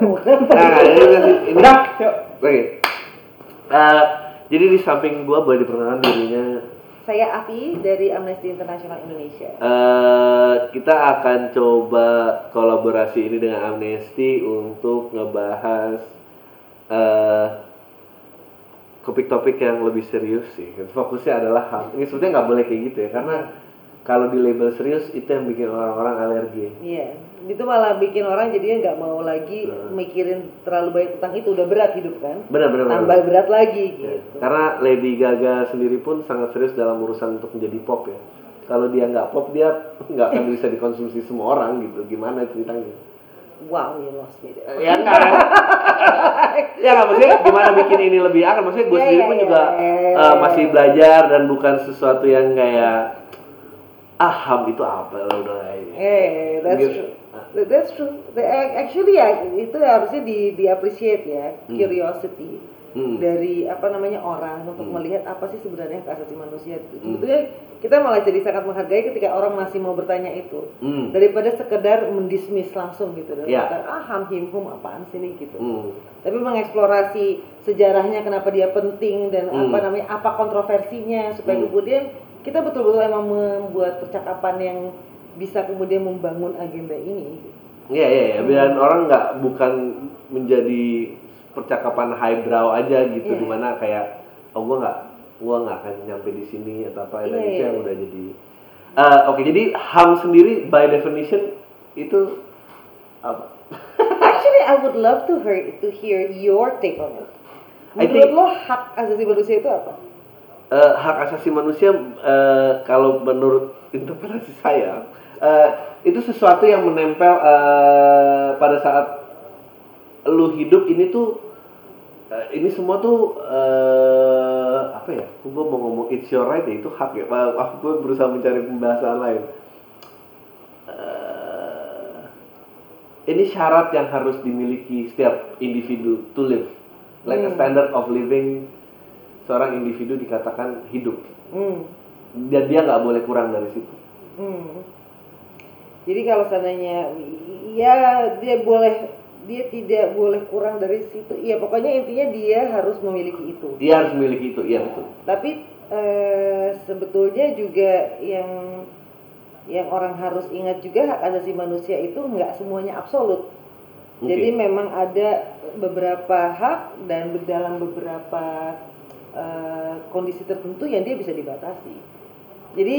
ini udah, oke. Jadi di samping gua boleh diperkenalkan dirinya. Saya Afi dari Amnesty International Indonesia. Kita akan coba kolaborasi ini dengan Amnesty untuk ngebahas topik-topik yang lebih serius sih. Fokusnya adalah HAM. Ini sebenarnya nggak boleh kayak gitu ya, karena kalau di label serius itu yang bikin orang-orang alergi. Iya, itu malah bikin orang jadinya nggak mau lagi mikirin terlalu banyak tentang itu. Udah berat hidup kan? Benar. Tambah berat lagi gitu. Karena Lady Gaga sendiri pun sangat serius dalam urusan untuk menjadi pop ya. Kalau dia nggak pop, dia nggak akan bisa dikonsumsi semua orang gitu. Gimana ceritanya? Wow, you lost me there. Ya kan? Ya nggak, maksudnya gimana bikin ini lebih akar. Maksudnya gue sendiri pun juga masih belajar dan bukan sesuatu yang kayak HAM itu apa lah udah that's true. Actually ya itu harusnya di-appreciate ya, curiosity dari orang untuk melihat apa sih sebenarnya hak asasi manusia. Sebetulnya kita malah jadi sangat menghargai ketika orang masih mau bertanya itu daripada sekedar mendismiss langsung gitu. HAM him apaan sih nih gitu. Tapi mengeksplorasi sejarahnya kenapa dia penting dan apa kontroversinya supaya kemudian kita betul-betul emang membuat percakapan yang bisa kemudian membangun agenda ini. Iya. Biar orang bukan menjadi percakapan highbrow aja gitu, dimana kayak gua nggak akan nyampe di sini atau apa, dan itu yang udah jadi. Oke, jadi HAM sendiri by definition itu apa? Actually, I would love to hear your take on it. Menurut lo hak asasi manusia itu apa? Hak asasi manusia kalau menurut interpretasi saya itu sesuatu yang menempel pada saat lu hidup ini tuh ini semua tuh apa ya? Gue mau ngomong it's your right ya, itu hak ya. Gue berusaha mencari pembahasan lain. Ini syarat yang harus dimiliki setiap individu to live, like a standard of living. Seorang individu dikatakan hidup, dan dia nggak boleh kurang dari situ. Jadi kalau seandainya dia tidak boleh kurang dari situ. Iya, pokoknya intinya dia harus memiliki itu. Dia harus memiliki itu, iya betul. Tapi sebetulnya juga yang orang harus ingat juga hak asasi manusia itu nggak semuanya absolut. Jadi memang ada beberapa hak dan dalam beberapa kondisi tertentu yang dia bisa dibatasi. Jadi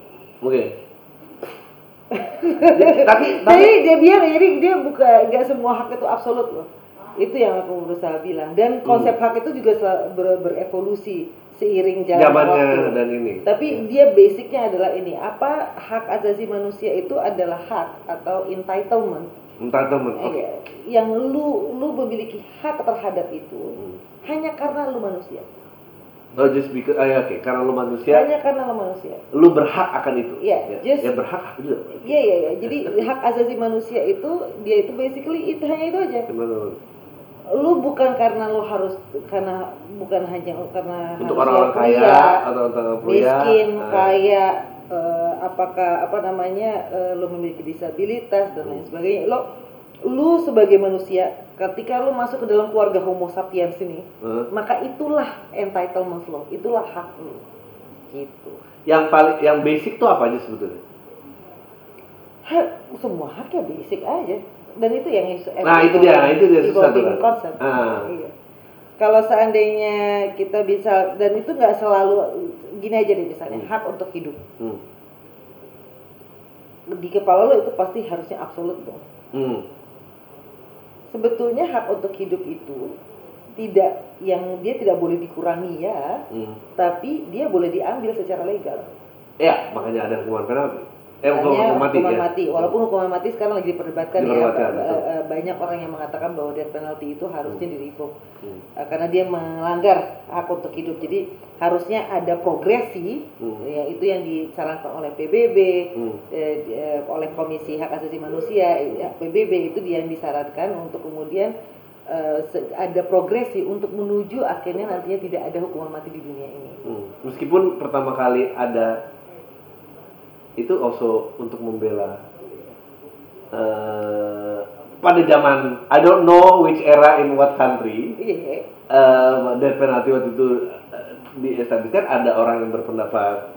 tapi dia bilang jadi dia bukan nggak semua hak itu absolut loh. Itu yang aku berusaha bilang. Dan konsep hak itu juga berevolusi seiring jalan waktu. Dan ini. Tapi dia basicnya adalah ini. Apa hak asasi manusia itu adalah hak atau entitlement. Yang lu memiliki hak terhadap itu hanya karena lu manusia. Just because, karena lu manusia. Hanya karena lu manusia. Lu berhak akan itu. Ya berhak juga. Iya. Jadi hak asasi manusia itu dia itu basically hanya itu aja. Lu bukan karena lu harus bukan hanya karena untuk orang-orang kaya atau miskin, kaya, lu memiliki disabilitas dan lain sebagainya. Lu sebagai manusia ketika lu masuk ke dalam keluarga Homo sapiens ini, maka itulah entitlement lo, itulah hak lu. Gitu. Yang basic tuh apa aja sebetulnya? Semua hak ya basic aja. Dan itu yang itu dia sesuatu konsep. Iya. Kalau seandainya kita bisa, dan itu nggak selalu gini aja deh, misalnya hak untuk hidup. Di kepala lo itu pasti harusnya absolut dong. Sebetulnya hak untuk hidup itu dia tidak boleh dikurangi ya, tapi dia boleh diambil secara legal. Ya, makanya ada hukuman mati. Walaupun hukuman mati sekarang lagi diperdebatkan banyak orang yang mengatakan bahwa death penalty itu harusnya di-revoke karena dia melanggar hak untuk hidup. Jadi harusnya ada progresi, ya itu yang disarankan oleh PBB, oleh Komisi Hak Asasi Manusia. PBB itu dia yang disarankan untuk kemudian ada progresi untuk menuju akhirnya nantinya tidak ada hukuman mati di dunia ini. Meskipun pertama kali ada itu also untuk membela pada zaman I don't know which era in what country death penalty waktu itu diestablishkan, ada orang yang berpendapat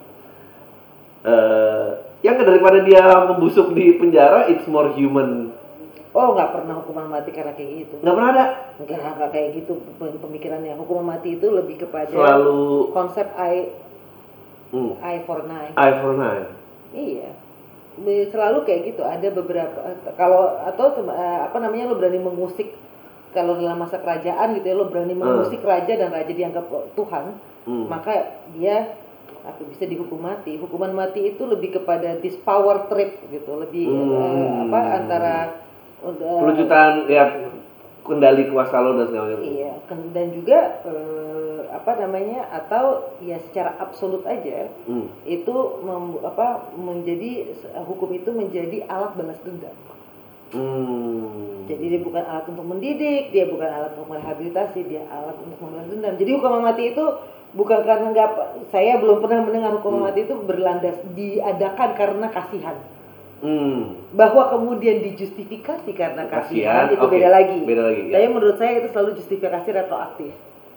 yang daripada dia membusuk di penjara, it's more human. Oh, nggak pernah hukuman mati karena kayak gitu. Nggak pernah ada? Nggak kayak gitu pemikirannya. Hukuman mati itu lebih kepada selalu konsep eye for an eye. Eye for an eye. Iya. Selalu kayak gitu. Ada beberapa kalau atau apa namanya, lo berani mengusik, kalau dalam masa kerajaan gitu ya, lo berani mengusik raja dan raja dianggap Tuhan, maka dia bisa dihukum mati. Hukuman mati itu lebih kepada this power trip gitu, lebih antara pelucutan ya, kendali kuasa lo dan segala macam. Iya, dan juga atau ya secara absolut aja itu menjadi hukum itu menjadi alat balas dendam. Jadi dia bukan alat untuk mendidik, dia bukan alat untuk merehabilitasi, dia alat untuk membalas dendam. Jadi hukuman mati itu bukan karena saya belum pernah mendengar hukuman mati itu berlandas diadakan karena kasihan. Bahwa kemudian dijustifikasi karena kasihan itu beda lagi. Tapi menurut saya itu selalu justifikasi retroaktif.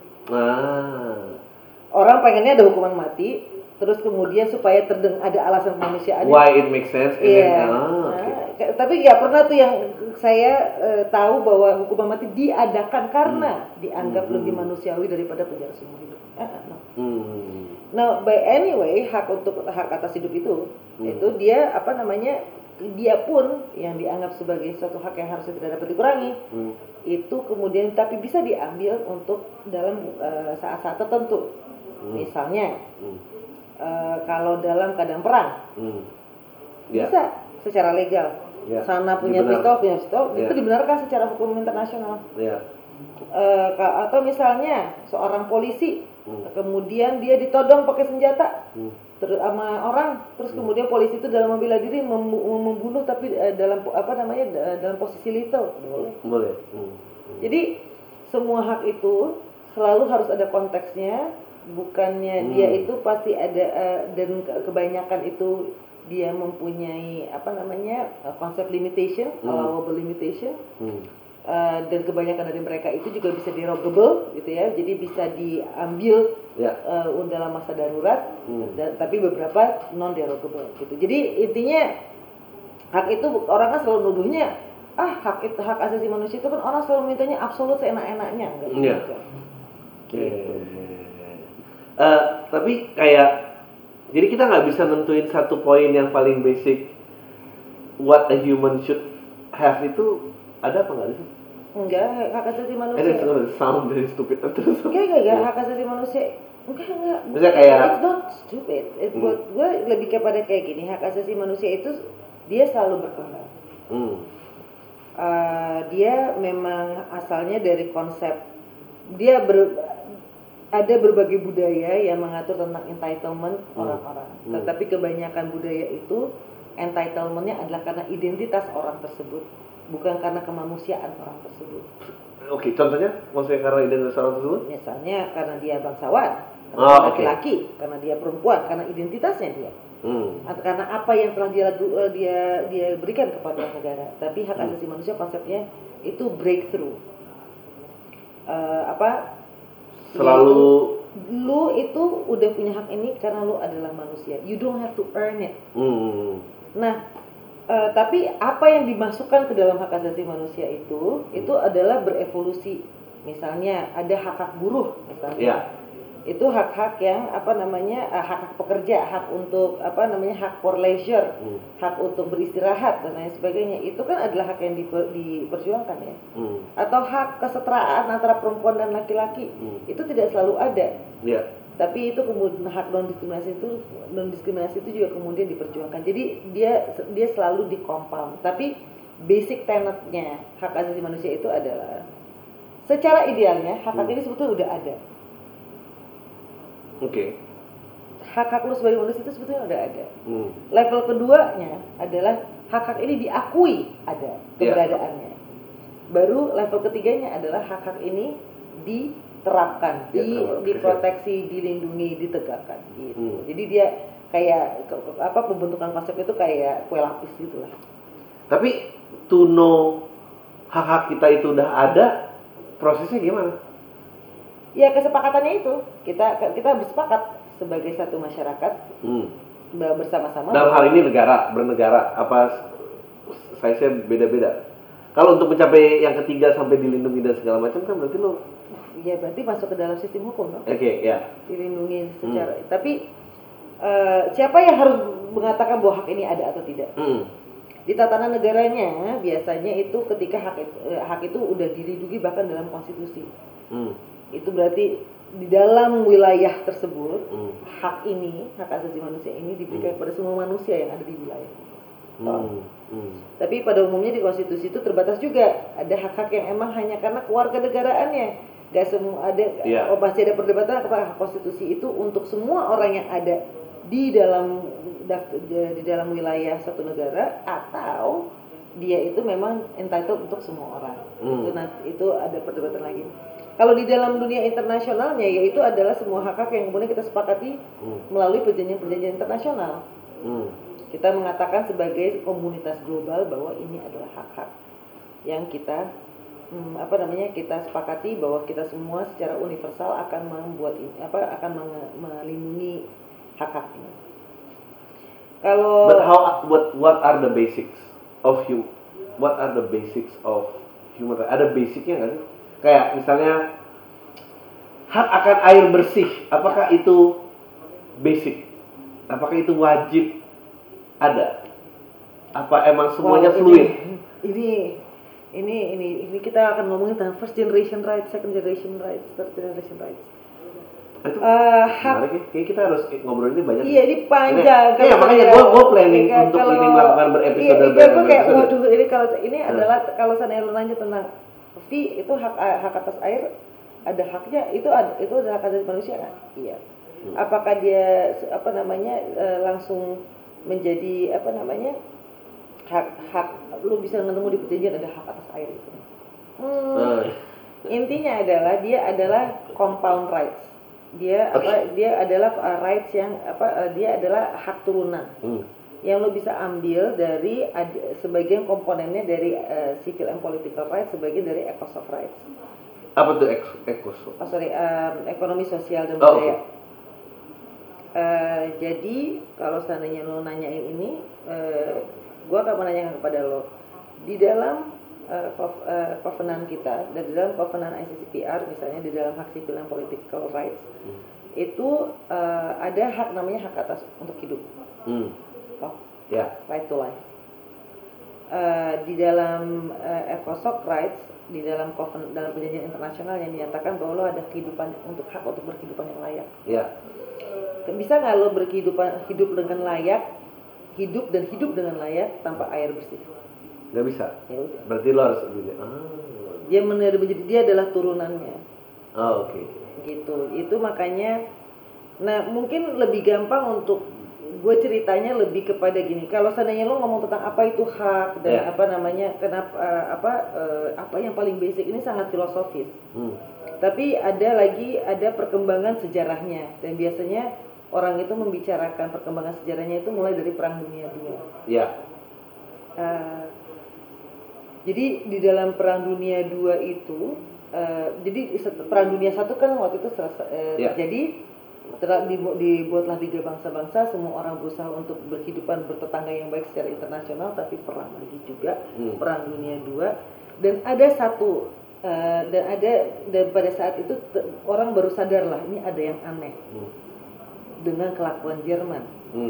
Orang pengennya ada hukuman mati, terus kemudian supaya ada alasan kemanusiaan. Why it makes sense? Tapi nggak pernah tuh yang saya tahu bahwa hukuman mati diadakan karena dianggap lebih manusiawi daripada penjara seumur hidup. Nah, by anyway, hak atas hidup itu dia dia pun yang dianggap sebagai suatu hak yang harusnya tidak dapat dikurangi, itu kemudian tapi bisa diambil untuk dalam saat-saat tertentu. Misalnya kalau dalam keadaan perang bisa secara legal, sana punya pistol itu dibenarkan secara hukum internasional. Atau misalnya seorang polisi kemudian dia ditodong pakai senjata terus sama orang, terus kemudian polisi itu dalam membela diri membunuh tapi dalam dalam posisi lethal, boleh. Jadi semua hak itu selalu harus ada konteksnya, bukannya dia itu pasti ada dan kebanyakan itu dia mempunyai konsep limitation, allowable limitation. Dan kebanyakan dari mereka itu juga bisa derogable gitu ya, jadi bisa diambil dalam masa darurat, tapi beberapa non derogable gitu. Jadi intinya hak itu orang kan selalu nuduhnya hak asasi manusia itu kan orang selalu mintanya absolut seenak-enaknya, enggak gitu. Tapi kayak jadi kita nggak bisa nentuin satu poin yang paling basic what a human should have, itu ada apa nggak sih? Enggak, hak asasi manusia. Sound very stupid terus. Enggak, hak asasi manusia. Enggak. Maksudnya kayak it's not stupid. Buat gue lebih kepada kayak gini, hak asasi manusia itu dia selalu berkembang. Dia memang asalnya dari konsep ada berbagai budaya yang mengatur tentang entitlement orang-orang. Tetapi kebanyakan budaya itu entitlementnya adalah karena identitas orang tersebut, bukan karena kemanusiaan orang tersebut. Oke, contohnya maksudnya karena identitas orang tersebut? Misalnya karena dia bangsawan, karena laki-laki, karena dia perempuan, karena identitasnya dia. Atau karena apa yang telah dia berikan kepada negara. Tapi hak asasi manusia konsepnya itu breakthrough. Selalu lu itu udah punya hak ini karena lu adalah manusia. You don't have to earn it. Nah, tapi apa yang dimasukkan ke dalam hak asasi manusia itu adalah berevolusi. Misalnya ada hak-hak buruh misalnya. Itu hak-hak yang hak-hak pekerja, hak untuk hak for leisure, hak untuk beristirahat dan lain sebagainya. Itu kan adalah hak yang diperjuangkan ya. Atau hak kesetaraan antara perempuan dan laki-laki. Itu tidak selalu ada. Tapi itu kemudian hak non diskriminasi itu juga kemudian diperjuangkan. Jadi dia selalu di-compound. Tapi basic tenetnya hak asasi manusia itu adalah secara idealnya hak ini sebetulnya udah ada. Hak-hak lu sebagai manusia itu sebetulnya udah ada. Level keduanya adalah hak-hak ini diakui ada keberadaannya. Baru level ketiganya adalah hak-hak ini diterapkan, diproteksi, dilindungi, ditegakkan gitu. Jadi dia kayak pembentukan konsep itu kayak kue lapis gitulah. Tapi to know hak-hak kita itu udah ada, prosesnya gimana? Ya kesepakatannya itu kita bersepakat sebagai satu masyarakat bersama-sama. Dalam hal ini bernegara, apa size-nya beda-beda. Kalau untuk mencapai yang ketiga sampai dilindungi dan segala macam kan berarti lo. Ya berarti masuk ke dalam sistem hukum, no? Oke, ya. Dilindungi secara. Tapi siapa yang harus mengatakan bahwa hak ini ada atau tidak? Di tatanan negaranya biasanya itu ketika hak itu udah dilindungi bahkan dalam konstitusi. Itu berarti di dalam wilayah tersebut hak asasi manusia ini diberikan kepada semua manusia yang ada di wilayah. Tapi pada umumnya di konstitusi itu terbatas juga. Ada hak-hak yang emang hanya karena kewarganegaraannya. Gak semua ada. Pasti ada perdebatan apakah konstitusi itu untuk semua orang yang ada di dalam wilayah suatu negara atau dia itu memang entitled untuk semua orang. Itu ada perdebatan lagi. Kalau di dalam dunia internasionalnya yaitu adalah semua hak-hak yang kemudian kita sepakati melalui perjanjian-perjanjian internasional. Kita mengatakan sebagai komunitas global bahwa ini adalah hak-hak yang kita kita sepakati bahwa kita semua secara universal akan melindungi hak-hak ini. Kalau what are the basics of human rights? Ada basicnya nggak sih? Kayak misalnya hak akan air bersih, apakah itu basic? Apakah itu wajib ada? Apa emang semuanya fluid? Ini kita akan ngomongin tentang first generation rights, second generation rights, third generation rights. Itu menarik, kayak kita harus ngobrol ini banyak. Iya, ini panjang. Iya, makanya gue planning untuk ini melakukan berepisode. Waduh, ini adalah kalau saya lu nanya tentang itu hak atas air, ada haknya, itu adalah hak asasi manusia kan? Iya. Apakah dia langsung menjadi hak lu bisa menemu di perjanjian ada hak atas air itu. Intinya adalah dia adalah compound rights. Dia adalah rights yang dia adalah hak turunan. Yang lo bisa ambil dari sebagian komponennya dari civil and political rights, sebagian dari ecosoc rights. Apa tuh ecosoc? Ekonomi sosial dan budaya. Jadi kalau seandainya lo nanyain ini, gue akan menanyakan kepada lo di dalam covenant kita dan di dalam covenant ICCPR misalnya di dalam hak civil and political rights itu ada hak namanya hak atas untuk hidup. Right to life. Di dalam ecosoc rights di dalam perjanjian internasional yang dinyatakan bahwa lo ada kehidupan hak untuk berkehidupan yang layak. Bisa nggak lo hidup dengan layak tanpa air bersih? Nggak bisa. Ya udah. Berarti lo harus dia adalah turunannya. Oke. Gitu. Itu makanya. Nah mungkin lebih gampang untuk gue ceritanya lebih kepada gini. Kalau seandainya lo ngomong tentang apa itu hak dan apa yang paling basic ini sangat filosofis. Tapi ada perkembangan sejarahnya dan biasanya orang itu membicarakan perkembangan sejarahnya itu mulai dari Perang Dunia II. Jadi di dalam Perang Dunia II itu, jadi Perang Dunia I kan waktu itu terjadi, dibuatlah Liga Bangsa-Bangsa, semua orang berusaha untuk berkehidupan bertetangga yang baik secara internasional, tapi perang lagi juga, Perang Dunia II, dan ada satu dan pada saat itu orang baru sadar lah ini ada yang aneh dengan kelakuan Jerman.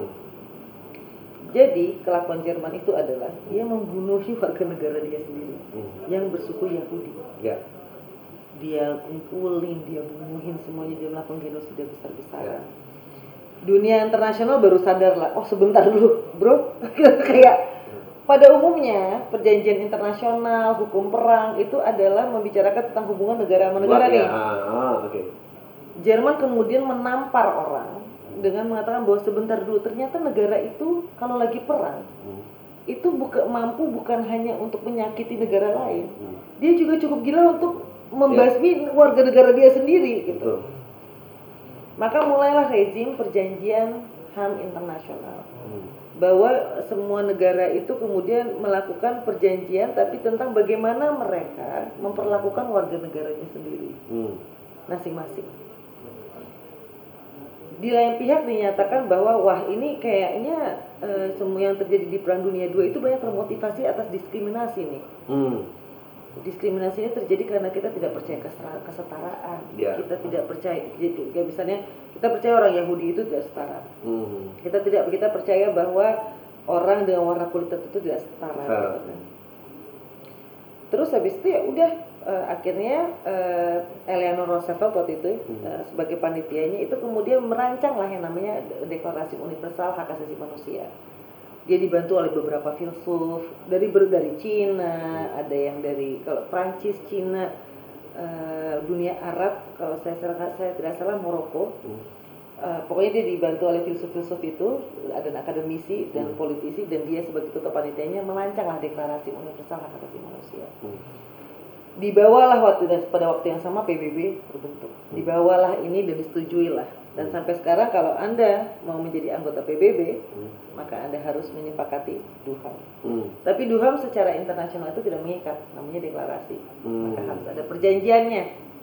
Jadi kelakuan Jerman itu adalah dia membunuh warga negara dia sendiri yang bersuku Yahudi. Dia kumpulin, dia bunuhin semuanya, dia melakukan genosida besar-besaran. Dunia internasional baru sadar lah, oh sebentar dulu bro, kayak pada umumnya perjanjian internasional, hukum perang itu adalah membicarakan tentang hubungan negara sama negara nih. Jerman kemudian menampar orang dengan mengatakan bahwa sebentar dulu, ternyata negara itu kalau lagi perang itu mampu bukan hanya untuk menyakiti negara lain, dia juga cukup gila untuk membasmi warga negara dia sendiri gitu. Maka mulailah rezim perjanjian HAM internasional bahwa semua negara itu kemudian melakukan perjanjian tapi tentang bagaimana mereka memperlakukan warga negaranya sendiri masing-masing. Di lain pihak dinyatakan bahwa wah ini kayaknya semua yang terjadi di Perang Dunia II itu banyak termotivasi atas diskriminasi nih. Diskriminasi ini terjadi karena kita tidak percaya kesetaraan. Kita tidak percaya, jadi misalnya kita percaya orang Yahudi itu tidak setara. Kita percaya bahwa orang dengan warna kulit tertentu tidak setara. Gitu kan. Terus habis itu ya udah akhirnya Eleanor Roosevelt waktu itu sebagai panitianya itu kemudian merancang lah yang namanya Deklarasi Universal Hak Asasi Manusia. Dia dibantu oleh beberapa filsuf dari Cina, ada yang dari kalau Prancis, Cina, dunia Arab, kalau saya tidak salah Maroko. Pokoknya dia dibantu oleh filsuf-filsuf itu, ada akademisi dan politisi, dan dia sebagai ketua panitianya merancanglah Deklarasi Universal Hak Asasi Manusia. Dibawalah pada waktu yang sama PBB terbentuk. Dibawalah ini dan disetujui lah. Dan sampai sekarang kalau Anda mau menjadi anggota PBB, maka Anda harus menyepakati DUHAM. Tapi DUHAM secara internasional itu tidak mengikat, namanya deklarasi. Maka harus ada perjanjiannya.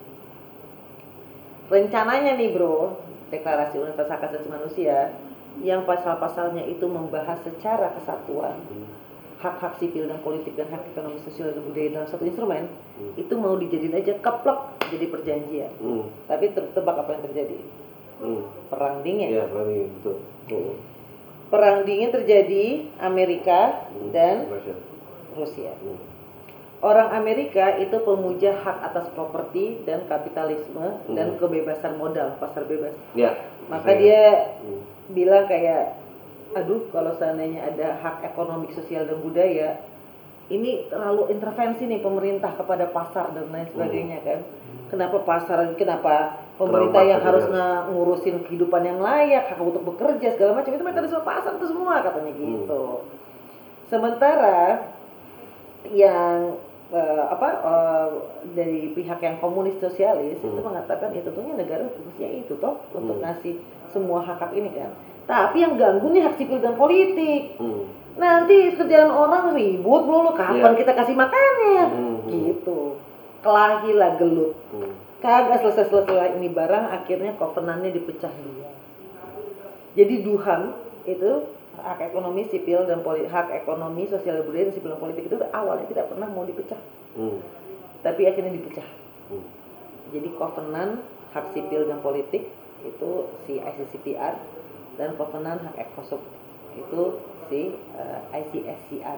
Rencananya nih bro, Deklarasi Universal Hak Asasi Manusia yang pasal-pasalnya itu membahas secara kesatuan hak-hak sipil dan politik dan hak ekonomi sosial dan budaya dalam satu instrumen, itu mau dijadiin aja keplok jadi perjanjian. Tapi tebak apa yang terjadi? Perang dingin. Ya, perang dingin, betul. Perang dingin terjadi Amerika dan Rusia. Orang Amerika itu pemuja hak atas properti dan kapitalisme dan kebebasan modal, pasar bebas. Maka dia bilang kayak, aduh kalau seandainya ada hak ekonomi, sosial dan budaya, ini terlalu intervensi nih pemerintah kepada pasar dan lain sebagainya kan. Kenapa pemerintah yang harus ngurusin kehidupan yang layak, hak untuk bekerja segala macam, itu mekanisme pasar itu semua katanya gitu. Sementara yang dari pihak yang komunis sosialis itu mengatakan ya tentunya negara fungsinya itu toh untuk ngasih semua hak ini kan. Tapi yang ganggu nih hak sipil dan politik. Nanti kerjaan orang ribut melulu, kapan kita kasih makannya? Gitu. Kelahilah gelut. Kagak selesai ini barang, akhirnya kovenannya dipecah dua. Jadi DUHAM itu hak ekonomi, sipil dan politik, hak ekonomi, sosial budaya dan sipil dan politik itu awalnya tidak pernah mau dipecah. Tapi akhirnya dipecah. Jadi kovenan hak sipil dan politik itu si ICCPR, dan kovenan hak ekosop itu si ICSCR.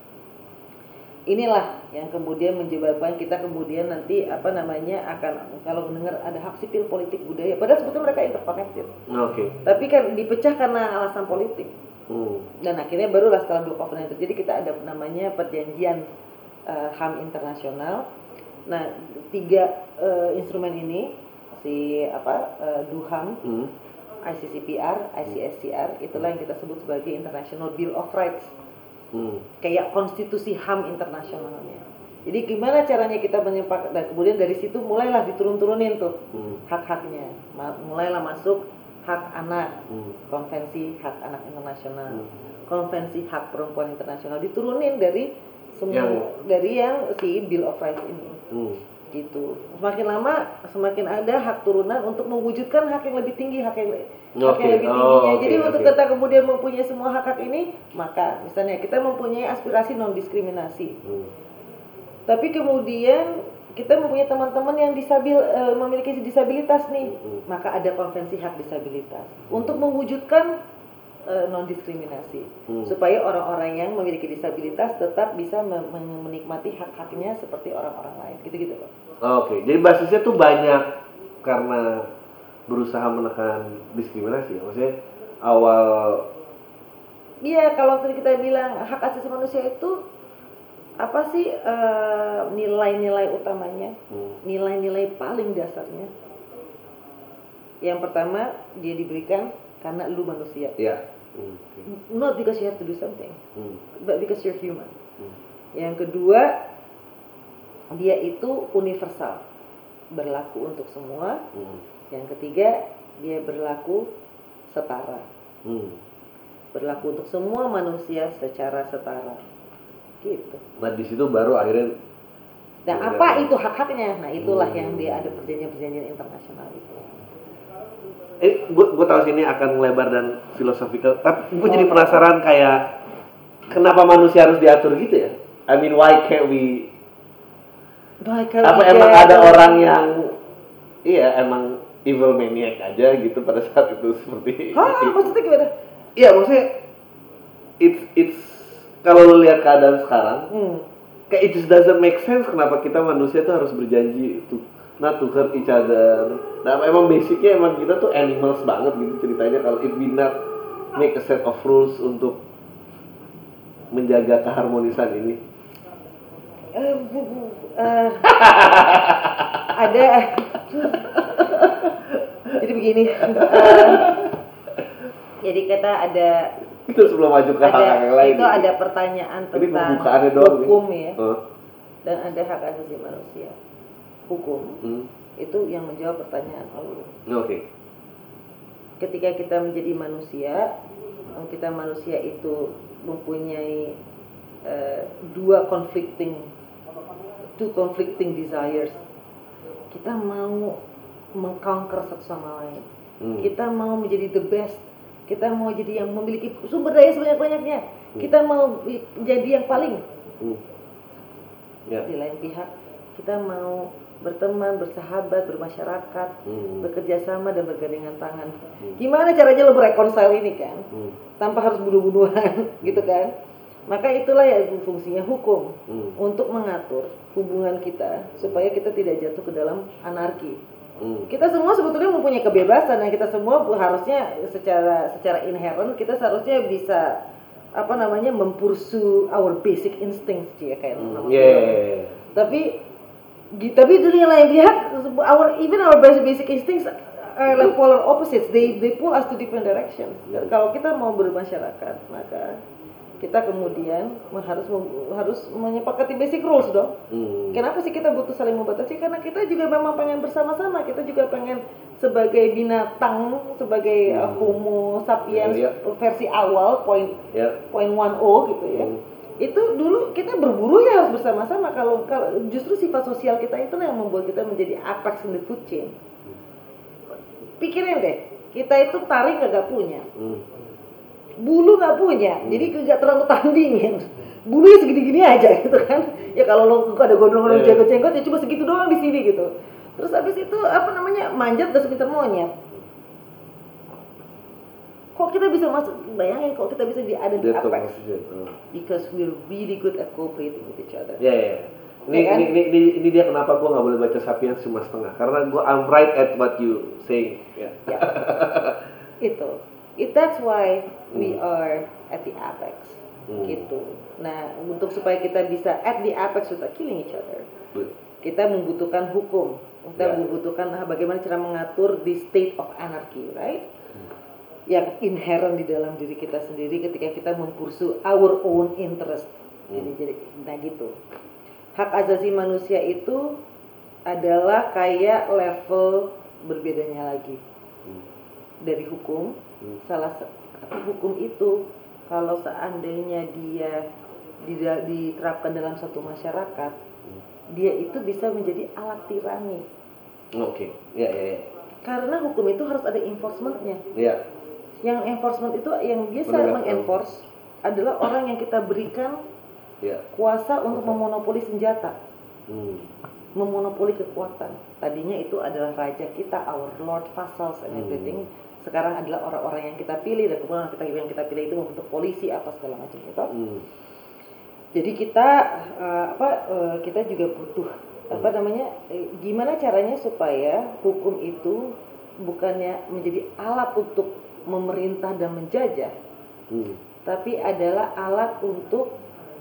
Inilah yang kemudian menyebabkan kita kemudian nanti akan kalau mendengar ada hak sipil, politik, budaya, padahal sebetulnya mereka interconnected. Tapi kan dipecah karena alasan politik. Dan akhirnya barulah setelah dua kovenan terjadi kita ada namanya perjanjian HAM internasional. Nah, tiga instrumen ini si DUHAM, ICCPR, ICSCR, itulah yang kita sebut sebagai International Bill of Rights. Kayak konstitusi HAM internasionalnya. Jadi gimana caranya kita menyepakati, dan kemudian dari situ mulailah diturun-turunin tuh hak-haknya. Mulailah masuk hak anak, konvensi hak anak internasional, konvensi hak perempuan internasional, diturunin dari semua dari yang si Bill of Rights ini. Gitu. Semakin lama semakin ada hak turunan untuk mewujudkan hak yang lebih tinggi, hak yang lebih tingginya. Jadi untuk kita kemudian mempunyai semua hak ini, maka misalnya kita mempunyai aspirasi non diskriminasi. Tapi kemudian kita mempunyai teman-teman yang memiliki disabilitas nih, maka ada konvensi hak disabilitas untuk mewujudkan non diskriminasi, supaya orang-orang yang memiliki disabilitas tetap bisa menikmati hak-haknya seperti orang-orang lain, gitu-gitu loh. Jadi basisnya tuh banyak karena berusaha menekan diskriminasi ya, maksudnya awal. Iya, kalau tadi kita bilang hak asasi manusia itu apa sih nilai-nilai utamanya, nilai-nilai paling dasarnya. Yang pertama dia diberikan karena lu manusia. Not because you have to do something, but because you're human. Yang kedua, dia itu universal, berlaku untuk semua. Yang ketiga, dia berlaku setara. berlaku untuk semua manusia secara setara. Gitu. Nah di situ baru akhirnya. Nah apa itu hak-haknya? Nah itulah yang dia ada perjanjian-perjanjian internasional itu. Gue tahu sini akan lebar dan filosofikal, tapi gue jadi penasaran kayak kenapa manusia harus diatur gitu ya? I mean why can't we? Apa emang ada orang yang emang evil maniac aja gitu pada saat itu seperti? Maksudnya gimana? Iya maksudnya it's kalau lu lihat keadaan sekarang, kayak it just doesn't make sense kenapa kita manusia tuh harus berjanji not to hurt each other. Nah emang basicnya emang kita tuh animals banget gitu ceritanya kalau if we not make a set of rules untuk menjaga keharmonisan ini. Ada jadi begini. Jadi kita ada itu sebelum maju ke hal yang lain. Itu ada pertanyaan tentang hukum ya. Dan ada hak asasi manusia. Hukum itu yang menjawab pertanyaan Allah. Oke. Ketika kita menjadi manusia, kita manusia itu mempunyai two conflicting desires. Kita mau mengconquer satu sama lain. Kita mau menjadi the best. Kita mau jadi yang memiliki sumber daya sebanyak-banyaknya. Kita mau jadi yang paling. Di lain pihak, kita mau berteman, bersahabat, bermasyarakat, bekerja sama dan bergandengan tangan. Gimana caranya lo reconcile ini kan? Tanpa harus bunuh-bunuhan, gitu kan? Maka itulah ya fungsinya hukum untuk mengatur hubungan kita supaya kita tidak jatuh ke dalam anarki. Kita semua sebetulnya mempunyai kebebasan dan kita semua harusnya secara inherent kita seharusnya bisa mempursue our basic instincts ya kayak Tapi dunia lain pihak our basic instincts are like polar opposites. They pull us to different directions. Kalau kita mau bermasyarakat, maka kita kemudian harus menyepakati basic rules dong. Kenapa sih kita butuh saling membatasi? Karena kita juga memang pengen bersama-sama. Kita juga pengen sebagai binatang, sebagai Homo sapiens versi awal point 10 gitu ya. Itu dulu kita berburu ya harus bersama-sama. Kalau justru sifat sosial kita itulah yang membuat kita menjadi apex in the food chain. Pikirin deh, kita itu taring gak punya. Bulu nggak punya, jadi nggak terlalu tandingin. Bulunya segini-gini aja gitu kan. Ya kalau lo ada gondrong-gondrong jenggot-jenggot ya cuma segitu doang di sini gitu. Terus habis itu manjat dan sepintar monyet. Kok kita bisa masuk? Bayangin kok kita bisa ada di apex. Because we're really good at cooperating with each other. Ini dia kenapa gue nggak boleh baca Sapiens cuma setengah. Karena I'm right at what you say. Itu. That's why we are at the apex, gitu. Nah, untuk supaya kita bisa at the apex without killing each other, kita membutuhkan hukum. Kita membutuhkan bagaimana cara mengatur the state of anarchy, right? Yang inherent di dalam diri kita sendiri ketika kita mempursue our own interest. Nah gitu. Hak asasi manusia itu adalah kayak level berbedanya lagi dari hukum. Salah satu hukum itu kalau seandainya dia diterapkan dalam satu masyarakat, dia itu bisa menjadi alat tirani. Karena hukum itu harus ada enforcementnya. Yang enforcement itu yang biasa mengenforce adalah orang yang kita berikan kuasa untuk memonopoli senjata, memonopoli kekuatan. Tadinya itu adalah raja kita, our lord, vassals and everything. Sekarang adalah orang-orang yang kita pilih dan kemudian yang kita pilih itu membentuk polisi apa segala macam itu. Jadi kita kita juga butuh gimana caranya supaya hukum itu bukannya menjadi alat untuk memerintah dan menjajah, tapi adalah alat untuk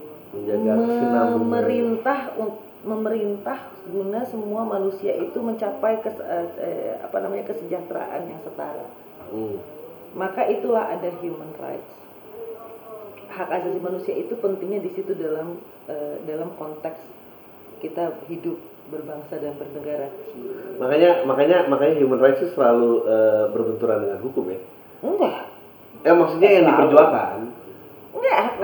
memerintah guna semua manusia itu mencapai kesejahteraan yang setara. Maka itulah ada human rights. Hak asasi manusia itu pentingnya di situ dalam konteks kita hidup berbangsa dan bernegara. Makanya human rights itu selalu berbenturan dengan hukum ya? Enggak. Ya maksudnya yang diperjuangkan. Enggak,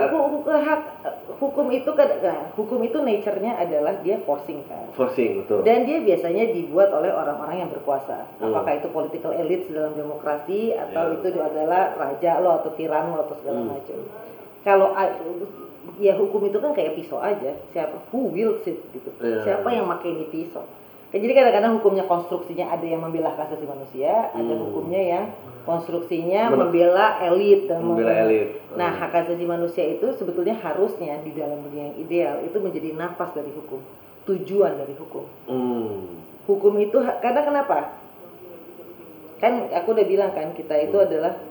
hukum itu nature-nya adalah dia forcing kan. Forcing, betul. Dan dia biasanya dibuat oleh orang-orang yang berkuasa. Apakah itu political elites dalam demokrasi atau itu adalah raja lo atau tiran lo atau segala macam. Kalau ya hukum itu kan kayak pisau aja. Who wields it gitu. Siapa yang pakai ini pisau? Jadi kadang-kadang hukumnya konstruksinya ada yang membela hak asasi manusia, ada hukumnya yang konstruksinya membela elit dan membela elit. Nah, hak asasi manusia itu sebetulnya harusnya di dalam dunia yang ideal itu menjadi nafas dari hukum, tujuan dari hukum. Hukum itu karena kenapa? Kan aku udah bilang kan kita itu adalah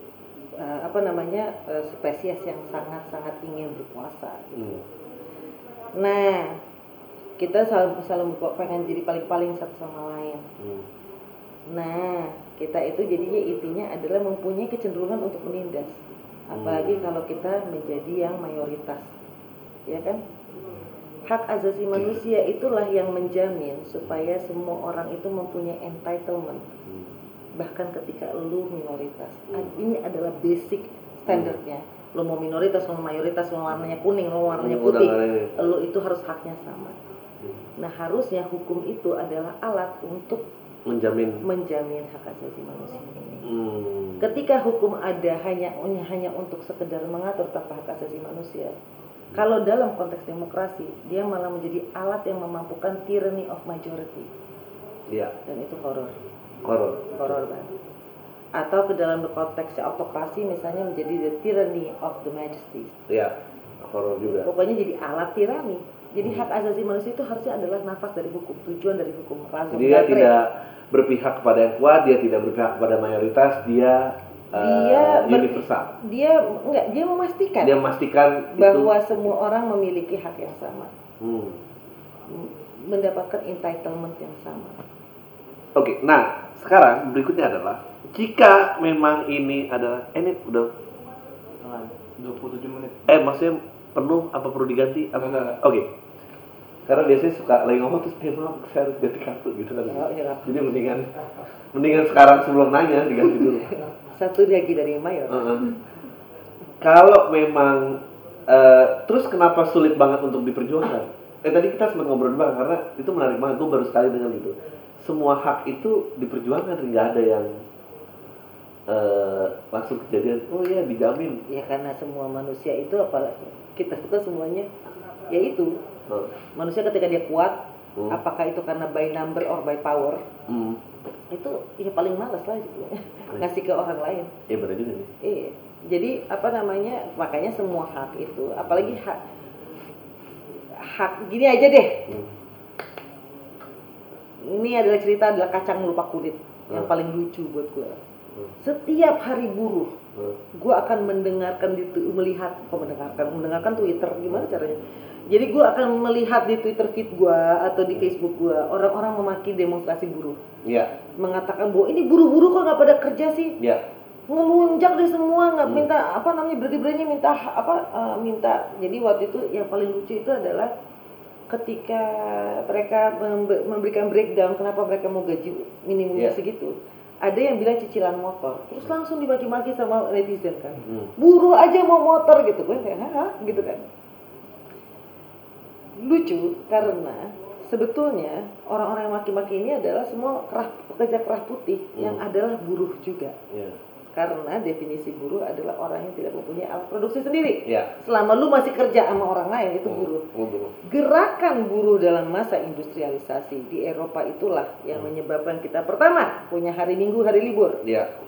spesies yang sangat-sangat ingin berkuasa. Gitu. Nah, kita selalu pengen jadi paling-paling satu sama lain. Nah, kita itu jadinya intinya adalah mempunyai kecenderungan untuk menindas. Apalagi kalau kita menjadi yang mayoritas. Ya kan? Hak asasi manusia itulah yang menjamin supaya semua orang itu mempunyai entitlement. Bahkan ketika lu minoritas. Ini adalah basic standarnya. Lu mau minoritas, lu mau mayoritas, lu warnanya kuning, lu warnanya putih, lu itu harus haknya sama. Nah, harusnya hukum itu adalah alat untuk menjamin hak asasi manusia ini. Ketika hukum ada hanya untuk sekedar mengatur tanpa hak asasi manusia, kalau dalam konteks demokrasi dia malah menjadi alat yang memampukan tyranny of majority. Iya. Dan itu horor banget. Atau ke dalam konteks autokrasi misalnya menjadi the tyranny of the majesty. Iya. Horor juga. Pokoknya jadi alat tirani. Jadi hak asasi manusia itu harusnya adalah nafas dari hukum, tujuan dari hukum. Jadi dia tidak berpihak kepada yang kuat, dia tidak berpihak kepada mayoritas, dia universal. Dia memastikan bahwa semua orang memiliki hak yang sama. Mendapatkan entitlement yang sama. Oke, nah sekarang berikutnya adalah jika memang ini adalah ini udah 27 menit. Maksudnya penuh apa perlu diganti? Oke. Karena biasanya suka lagi ngomong terus maaf saya harus ganti kartu gitu kan. Jadi mendingan sekarang sebelum nanya diganti dulu. Satu lagi dari Mayor. Kalau memang terus kenapa sulit banget untuk diperjuangkan? Tadi kita sempat ngobrol banget karena itu menarik banget. Gue baru sekali dengar gitu. Semua hak itu diperjuangkan, nggak ada yang langsung kejadian. Oh ya dijamin. Ya karena semua manusia itu apalagi kita semuanya yaitu manusia ketika dia kuat, apakah itu karena by number or by power, itu ya paling malas lah gitu ngasih ke orang lain. Iya benar juga nih. Iya. Jadi makanya semua hak itu, apalagi hak gini aja deh. Ini adalah cerita kacang lupa kulit yang paling lucu buat gue. Setiap hari buruh, gue akan mendengarkan mendengarkan Twitter, gimana caranya? Jadi gue akan melihat di Twitter feed gue atau di Facebook gue orang-orang memaki demonstrasi buruh. Iya. Mengatakan bahwa ini buruh-buruh kok nggak pada kerja sih? Iya. Ngelunjak deh semua, nggak minta berani-berani minta. Jadi waktu itu yang paling lucu itu adalah ketika mereka memberikan breakdown kenapa mereka mau gaji minimumnya segitu. Ada yang bilang cicilan motor, terus langsung dimaki-maki sama netizen kan. Buruh aja mau motor gitu, gue kayak gitu kan. Lucu karena sebetulnya orang-orang yang maki-maki ini adalah semua pekerja kerah putih yang adalah buruh juga. Karena definisi buruh adalah orang yang tidak mempunyai alat produksi sendiri. Selama lu masih kerja sama orang lain itu buruh. Gerakan buruh dalam masa industrialisasi di Eropa itulah yang menyebabkan kita pertama punya hari Minggu, hari libur.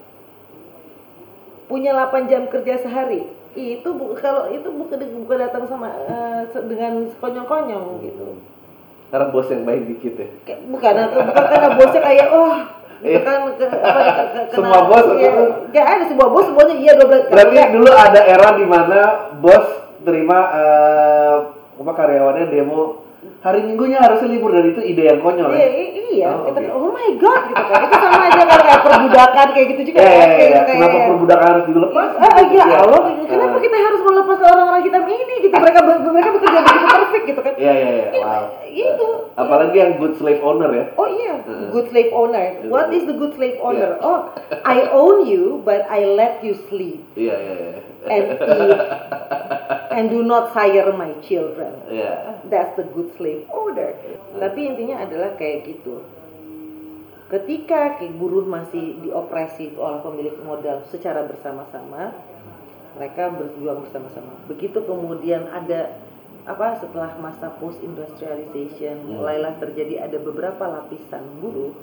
Punya 8 jam kerja sehari. Kalau itu bukan datang sama dengan konyong-konyong gitu. Karena bos yang baik dikit ya. Bukan karena bosnya kayak itu kan semua bos nggak ada semua bos semuanya iya 12. Berarti dulu ada era di mana bos terima karyawannya demo hari Minggunya harusnya libur dan itu ide yang konyol ya. Iya, Oh, kita oke. oh my god gitu kan. Itu sama aja kan kayak perbudakan kayak gitu juga. Ya, Kayak- kenapa perbudakan harus dilepas? ya Allah, kenapa kita harus melepas orang-orang hitam ini gitu? Mereka bekerja begitu perfect gitu kan. Iya. Wow. Itu. Apalagi yang good slave owner ya. Oh iya, good slave owner. What is the good slave owner? Oh, I own you, but I let you sleep Iya. and eat and do not sire my children. Iya. That's the good slave owner. Tapi intinya adalah kayak gitu. Ketika buruh masih diopresi oleh pemilik modal secara bersama-sama, mereka berjuang bersama-sama. Begitu kemudian ada setelah masa post industrialization mulailah terjadi ada beberapa lapisan buruh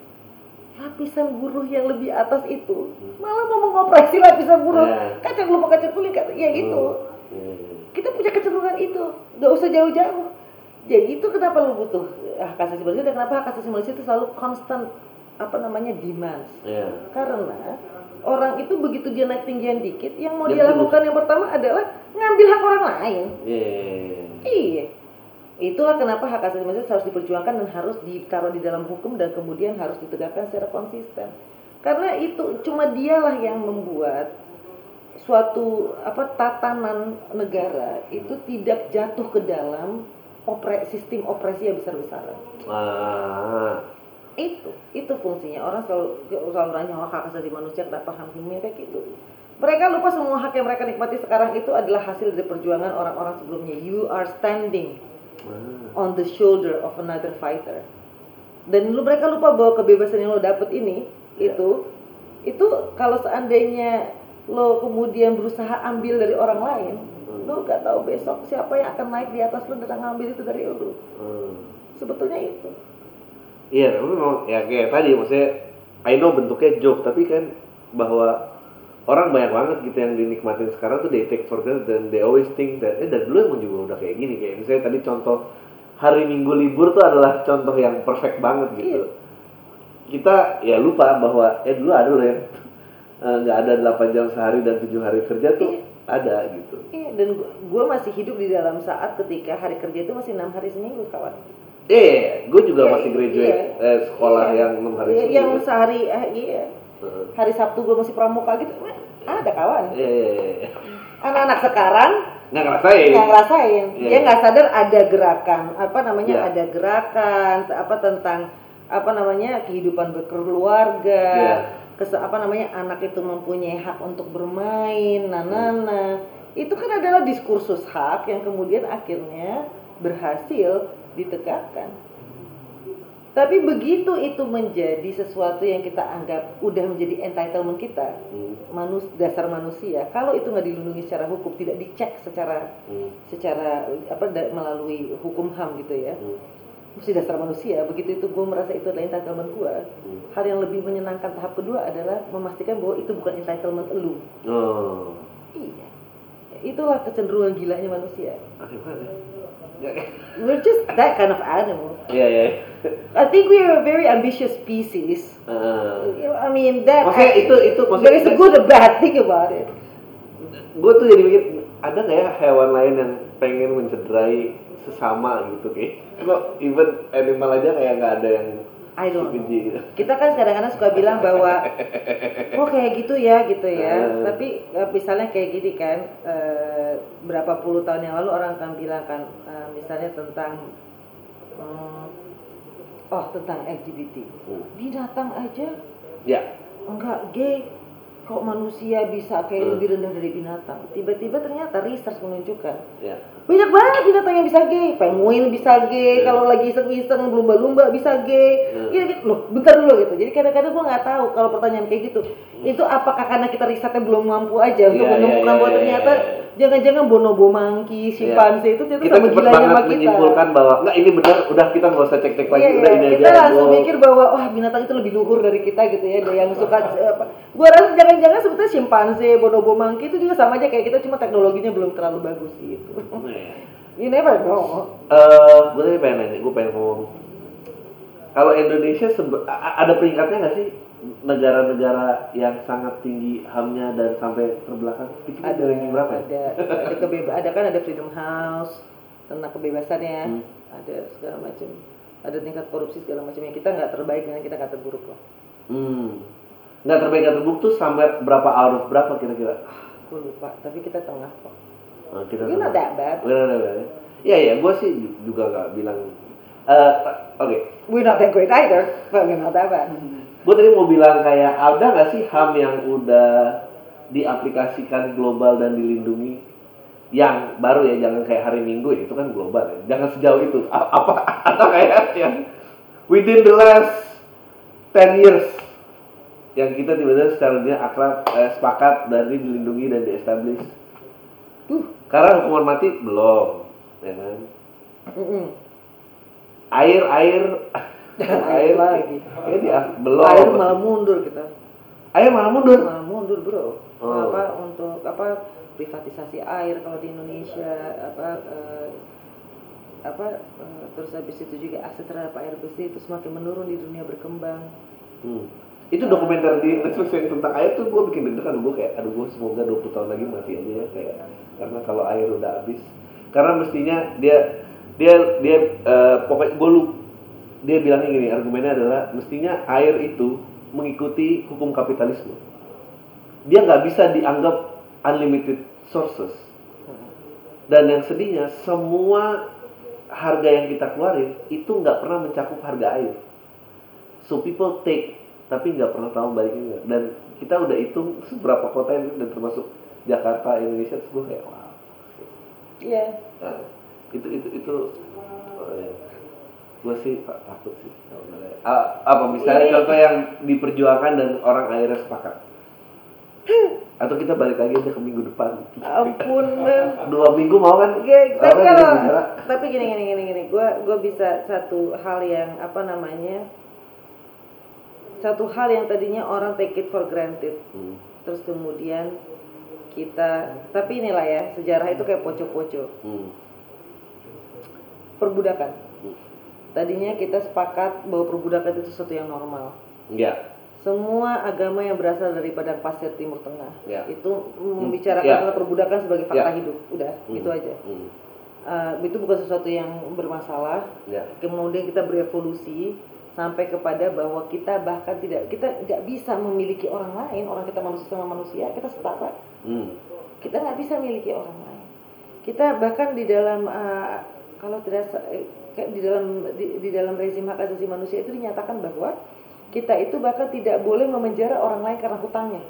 yang lebih atas itu malah mau mengopresi lapisan buruh. Kacang lupa kacang kulit ya gitu. Kita punya kecenderungan itu, nggak usah jauh-jauh. Jadi itu kenapa lu butuh hak asasi manusia dan kenapa hak asasi manusia itu selalu constant demands. Karena orang itu begitu dia naik tinggian dikit, yang mau dia lakukan yang pertama adalah ngambil hak orang lain. Iya. Itulah kenapa hak asasi manusia harus diperjuangkan dan harus ditaruh di dalam hukum dan kemudian harus ditegakkan secara konsisten. Karena itu cuma dialah yang membuat suatu tatanan negara itu tidak jatuh ke dalam sistem opresi yang besar-besaran. Itu fungsinya. Orang selalu nanya hak asasi manusia, kenapa HAM-HIM kayak gitu. Mereka lupa semua hak yang mereka nikmati sekarang itu adalah hasil dari perjuangan orang-orang sebelumnya. You are standing on the shoulder of another fighter. Dan mereka lupa bahwa kebebasan yang lo dapet ini itu kalau seandainya lo kemudian berusaha ambil dari orang lain, lo gak tahu besok siapa yang akan naik di atas lo dan ngambil itu dari lo. Sebetulnya itu. Iya, memang ya kayak tadi maksudnya I know bentuknya joke, tapi kan bahwa orang banyak banget gitu yang dinikmatin sekarang tuh they take for granted dan they always think that dari dulu emang juga udah kayak gini. Kayak misalnya tadi contoh hari Minggu libur tuh adalah contoh yang perfect banget gitu. Kita ya lupa bahwa dulu ada loh yang nggak ada 8 jam sehari dan 7 hari kerja tuh ada gitu. Iya, dan gue masih hidup di dalam saat ketika hari kerja itu masih 6 hari seminggu, kawan. Gue juga masih graduate sekolah yang 6 hari seminggu. Yang sehari hari Sabtu gue masih pramuka gitu. Ada kawan. Anak-anak sekarang nggak ngerasain. Dia nggak sadar ada gerakan ada gerakan tentang kehidupan berkeluarga. Anak itu mempunyai hak untuk bermain, itu kan adalah diskursus hak yang kemudian akhirnya berhasil ditegakkan. Tapi begitu itu menjadi sesuatu yang kita anggap udah menjadi entitlement kita, dasar manusia, kalau itu nggak dilindungi secara hukum, tidak dicek secara melalui hukum HAM gitu ya. Mesti dasar manusia, begitu itu gue merasa itu adalah entitlement gue. Hal yang lebih menyenangkan tahap kedua adalah memastikan bahwa itu bukan entitlement elu. Iya, itulah kecenderungan gilanya manusia. We're just that kind of animal. I think we are a very ambitious species. I mean that. Maksudnya itu there is a good and bad thing about it. Gue tuh jadi mikir, ada nggak ya hewan lain yang pengen mencederai sesama gitu kok even animal aja kayak nggak ada yang I don't know. Kita kan kadang-kadang suka bilang bahwa kayak gitu ya. Tapi misalnya kayak gini kan, berapa puluh tahun yang lalu orang akan bilang kan, misalnya tentang tentang LGBT. Binatang aja enggak gay, kok manusia bisa kayak lebih rendah dari binatang. Tiba-tiba ternyata research menunjukkan banyak banget binatang yang bisa gay. Penguin bisa gay, kalau lagi iseng-iseng lumba-lumba bisa gay. Loh, bentar dulu gitu. Jadi kadang-kadang gue nggak tahu kalau pertanyaan kayak gitu. Itu apakah karena kita risetnya belum mampu aja untuk menemukan bahwa ternyata jangan-jangan bonobo monkey, simpanse itu ternyata sama gilanya sama kita. Menyimpulkan bahwa enggak ini benar, udah kita nggak usah cek-cek lagi, udah ini aja. Kita langsung mikir bahwa binatang itu lebih luhur dari kita gitu ya. Ada yang suka gue rasa jangan-jangan sebetulnya simpanse, bonobo monkey itu juga sama aja kayak kita, cuma teknologinya belum terlalu bagus gitu. You never know. Gue tadi pengen ngomong, kalau Indonesia ada peringkatnya nggak sih negara-negara yang sangat tinggi HAM-nya dan sampai terbelakang? Itu ada ranking berapa ya? Ada kan ada Freedom House tentang kebebasan ya, ada segala macam. ada tingkat korupsi segala macamnya. Kita nggak terbaik dan kita nggak terburuk lah. Nggak terbaik nggak terburuk tuh sampai berapa out of berapa kira-kira? Gue lupa, tapi kita tengah kok. Kita We're not that bad. Iya, gue sih juga nggak bilang. Oke. We're not that great either, but we're not that bad. Gue tadi mau bilang kayak ada nggak sih HAM yang udah diaplikasikan global dan dilindungi yang baru ya, jangan kayak hari Minggu ya, itu kan global ya, jangan sejauh itu. Apa atau kayak yang within the last 10 years yang kita tiba-tiba secara dunia akrab sepakat dari dilindungi dan di-establish. Karena hukuman mati belum, ya kan? Air lagi. Belum. Air malah mundur kita. Air malah mundur. Malah mundur, bro. Untuk privatisasi air kalau di Indonesia terus habis itu juga akses terhadap air bersih itu semakin menurun di dunia berkembang. Itu dokumenter di Netflix yang tentang air tuh gue bikin deg-degan, gue kayak gue semoga 20 tahun lagi mati aja ya, kayak karena kalau air udah habis, karena mestinya dia pokoknya dia bilangnya gini, argumennya adalah mestinya air itu mengikuti hukum kapitalisme, dia nggak bisa dianggap unlimited sources, dan yang sedihnya semua harga yang kita keluarin itu nggak pernah mencakup harga air, so people take tapi nggak pernah tahu baliknya. Dan kita udah hitung seberapa kota ini dan termasuk Jakarta, Indonesia, terus gue kayak wow. Iya. Nah, itu gue sih takut sih. Apa misalnya contoh yang diperjuangkan dan orang akhirnya sepakat, atau kita balik lagi aja ke minggu depan. Ampun. 2 minggu mau kan? Tapi gini. Gue bisa satu hal yang satu hal yang tadinya orang take it for granted, terus kemudian tapi inilah ya, sejarah itu kayak poco-poco. Perbudakan. Tadinya kita sepakat bahwa perbudakan itu sesuatu yang normal. Iya. Semua agama yang berasal dari padang pasir Timur Tengah itu membicarakan tentang perbudakan sebagai fakta hidup. Udah, gitu aja. Itu bukan sesuatu yang bermasalah. Kemudian kita berevolusi sampai kepada bahwa kita bahkan kita nggak bisa memiliki orang lain, orang kita manusia sama manusia, kita setara. Kita nggak bisa memiliki orang lain. Kita bahkan di dalam kalau tidak di dalam rezim hak asasi manusia itu dinyatakan bahwa kita itu bahkan tidak boleh memenjara orang lain karena hutangnya.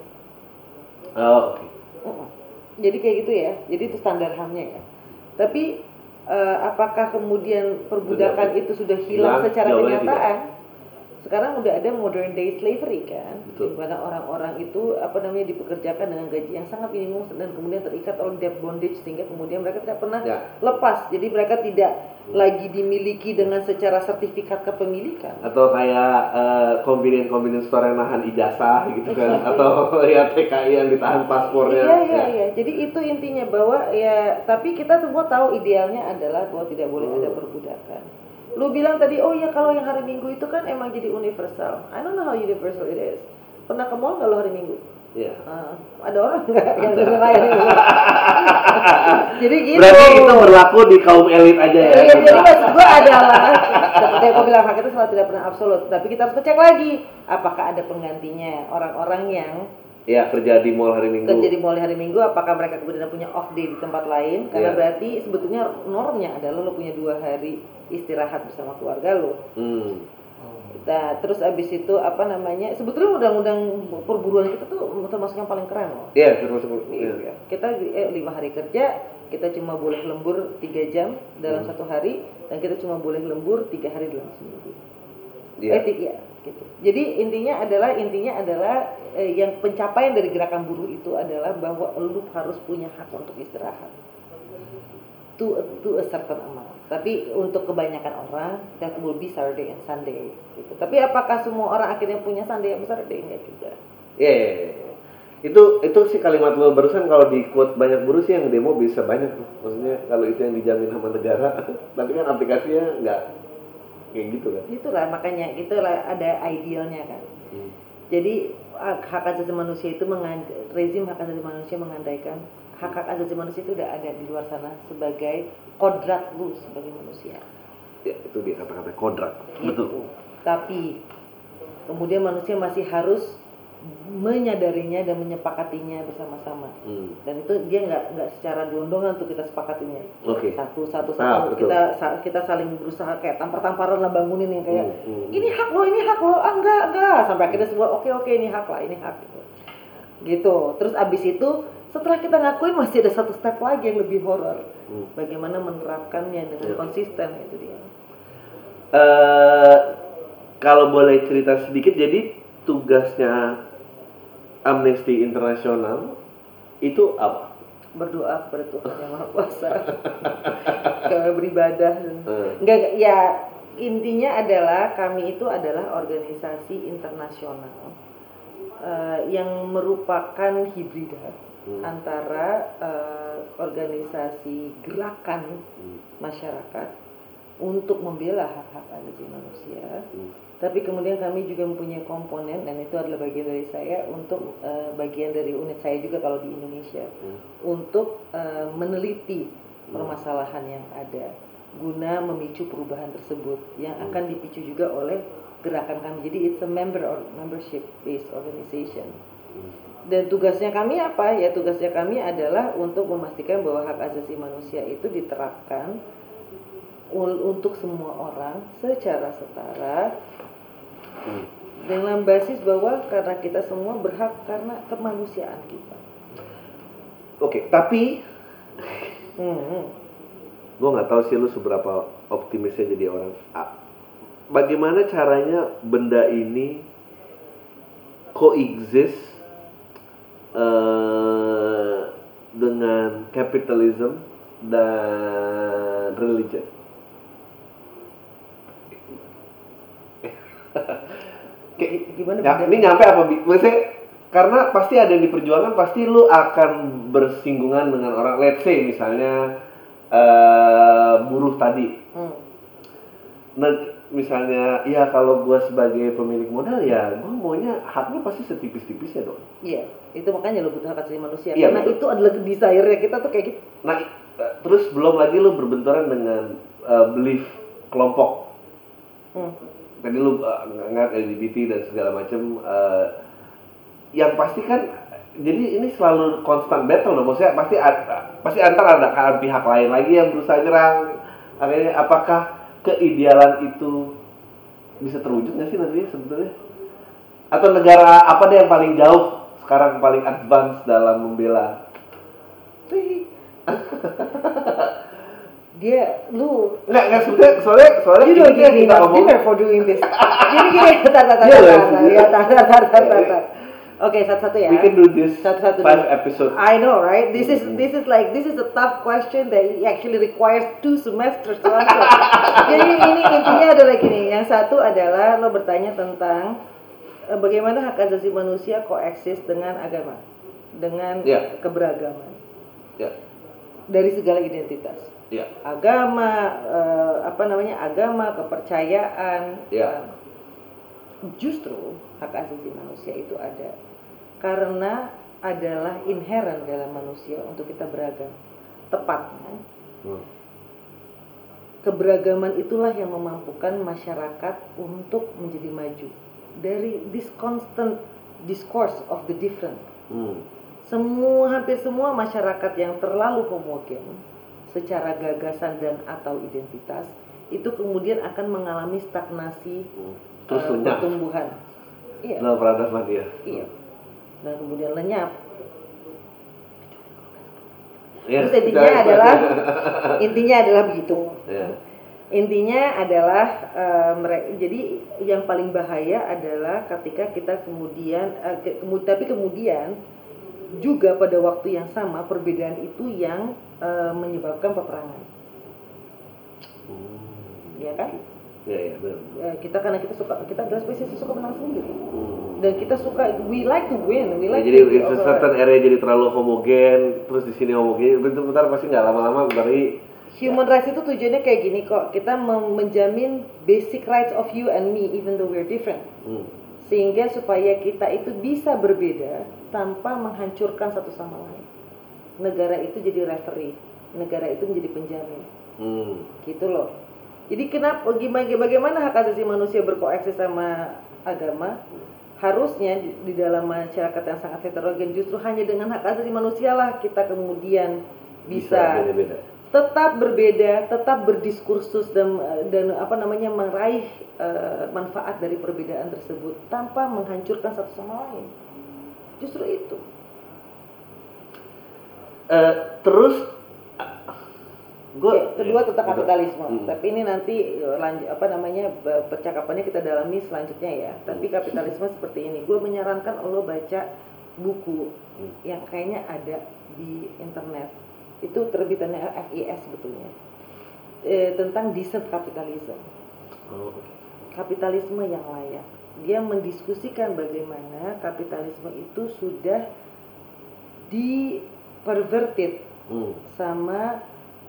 Oke. Jadi kayak gitu ya. Jadi itu standar HAM-nya ya. Tapi apakah kemudian perbudakan itu sudah hilang secara kenyataan? Sekarang udah ada modern day slavery kan, di mana orang-orang itu dipekerjakan dengan gaji yang sangat minimum dan kemudian terikat oleh debt bondage sehingga kemudian mereka tidak pernah lepas. Jadi mereka tidak lagi dimiliki dengan secara sertifikat kepemilikan. Atau kayak convenience store yang nahan ijazah gitu kan, atau ya TKI yang ditahan paspornya. Iya. Jadi itu intinya bahwa ya, tapi kita semua tahu idealnya adalah bahwa tidak boleh ada perbudakan. Lu bilang tadi, oh ya kalau yang hari Minggu itu kan emang jadi universal. I don't know how universal it is. Pernah ke mall nggak lo hari Minggu? Iya. Ada orang nggak yang dengar hari Minggu? Jadi gitu. Berarti itu berlaku di kaum elit aja ya? Iya, jadi maksud gue adalah seperti yang gue bilang, hak itu selalu tidak pernah absolut. Tapi kita harus cek lagi, apakah ada penggantinya orang-orang yang kerja di mall hari Minggu. Apakah mereka kemudian punya off day di tempat lain? Karena berarti sebetulnya normnya adalah lo punya 2 hari istirahat bersama keluarga lo. Nah, terus abis itu sebetulnya undang-undang perburuan kita tuh termasuk yang paling keren loh. Iya, termasuk. Iya. Kita 5 hari kerja, kita cuma boleh lembur 3 jam dalam 1 hari, dan kita cuma boleh lembur 3 hari dalam seminggu. Gitu. Jadi intinya adalah yang pencapaian dari gerakan buruh itu adalah bahwa lu harus punya hak untuk istirahat to a certain amount. Tapi untuk kebanyakan orang that will be Saturday and Sunday gitu. Tapi apakah semua orang akhirnya punya Sunday and Saturday? Enggak juga. Iya. Itu sih kalimat lo barusan, kalau di quote banyak buruh sih yang demo bisa banyak. Maksudnya kalau itu yang dijamin sama negara, tapi kan aplikasinya nggak kayak gitu kan. Itulah makanya ada idealnya kan. Jadi hak asasi manusia itu rezim hak asasi manusia mengandaikan hak asasi manusia itu udah ada di luar sana sebagai kodrat lu sebagai manusia. Ya, itu dia kata-kata kodrat. Gitu. Betul. Tapi kemudian manusia masih harus menyadarinya dan menyepakatinya bersama-sama. Dan itu dia nggak secara gelondongan untuk kita sepakatinya. Oke. Satu Betul. kita saling berusaha kayak tampar-tamparan lah bangunin yang kayak ini hak lo, enggak sampai akhirnya semua oke ini hak lah, ini hak gitu. Terus abis itu setelah kita ngakuin masih ada satu step lagi yang lebih horor. Bagaimana menerapkannya dengan konsisten, itu dia. Kalau boleh cerita sedikit, jadi tugasnya Amnesty International itu apa? Berdoa kepada Tuhan yang Maha Kuasa, beribadah. Enggak, ya intinya adalah kami itu adalah organisasi internasional yang merupakan hibrida antara organisasi gerakan masyarakat untuk membela hak-hak asasi manusia. Tapi kemudian kami juga mempunyai komponen, dan itu adalah bagian dari saya untuk bagian dari unit saya juga kalau di Indonesia untuk meneliti permasalahan yang ada guna memicu perubahan tersebut yang akan dipicu juga oleh gerakan kami. Jadi it's a membership based organization. Dan tugasnya kami apa? Ya tugasnya kami adalah untuk memastikan bahwa hak asasi manusia itu diterapkan untuk semua orang secara setara dengan basis bahwa karena kita semua berhak karena kemanusiaan kita. Oke, tapi gue nggak tahu sih lu seberapa optimisnya jadi orang. Bagaimana caranya benda ini coexist dengan capitalism dan religion? Gimana? Ya, ini nyampe apa? Maksudnya karena pasti ada yang diperjuangkan, pasti lu akan bersinggungan dengan orang. Let's say misalnya buruh tadi. Nah, misalnya, ya kalau gue sebagai pemilik modal ya gue maunya hak lu pasti setipis-tipisnya dong. Iya, itu makanya lo butuh hak asasi manusia. Iya, karena betul. itu adalah desire-nya kita tuh kayak gitu. Nah, terus belum lagi lu berbenturan dengan belief kelompok. Tadi lu ngat LGBT dan segala macam. Yang pasti kan, jadi ini selalu constant battle loh. Maksudnya pasti antar ada pihak lain lagi yang berusaha nyerang. Akhirnya apakah keidealan itu bisa terwujud nggak sih nantinya sebetulnya? Atau negara apa deh yang paling jauh sekarang, paling advance dalam membela? Nggak sebetulnya soalnya you don't ini get yang kita enough ngomong. dinner for doing this. Gini, tar. Oke, satu-satu ya. We can do this Satu-satu 5 dulu. episodes. I know, right? This is a tough question that actually requires 2 semesters to answer. Jadi ini intinya adalah gini. Yang satu adalah lo bertanya tentang bagaimana hak asasi manusia koeksis dengan agama, dengan keberagaman. Dari segala identitas. Agama, agama, kepercayaan. Justru hak asasi manusia itu ada karena adalah inherent dalam manusia untuk kita beragam. Tepatnya, keberagaman itulah yang memampukan masyarakat untuk menjadi maju dari this constant discourse of the different. Hampir semua masyarakat yang terlalu homogen secara gagasan dan atau identitas itu kemudian akan mengalami stagnasi pertumbuhan. Iya. Dalam peradaban dia. Iya. Dan kemudian lenyap. Ya, terus intinya adalah begitu. Intinya adalah jadi yang paling bahaya adalah ketika kita kemudian juga pada waktu yang sama perbedaan itu yang menyebabkan peperangan. Ya kan? Iya, benar. Kita adalah spesies yang suka menang sendiri. Dan kita suka, we like to win. Jadi certain area jadi terlalu homogen, terus di sini homogen, bentar pasti nggak lama-lama dari human rights itu tujuannya kayak gini kok. Kita menjamin basic rights of you and me even though we're different. Sehingga supaya kita itu bisa berbeda tanpa menghancurkan satu sama lain. Negara itu jadi referee, negara itu menjadi penjamin. Gitu loh. Jadi bagaimana hak asasi manusia berkoeksisten sama agama? Harusnya di dalam masyarakat yang sangat heterogen justru hanya dengan hak asasi manusia lah kita kemudian bisa beda-beda. Tetap berbeda, tetap berdiskursus dan meraih manfaat dari perbedaan tersebut tanpa menghancurkan satu sama lain. Justru itu. Terus kedua tentang kapitalisme. Tapi ini nanti percakapannya kita dalami selanjutnya ya. Tapi kapitalisme seperti ini. Gue menyarankan lo baca buku yang kayaknya ada di internet. Itu terbitannya FIS sebetulnya. Tentang decent capitalism. Kapitalisme yang layak. Dia mendiskusikan bagaimana kapitalisme itu sudah diperverted sama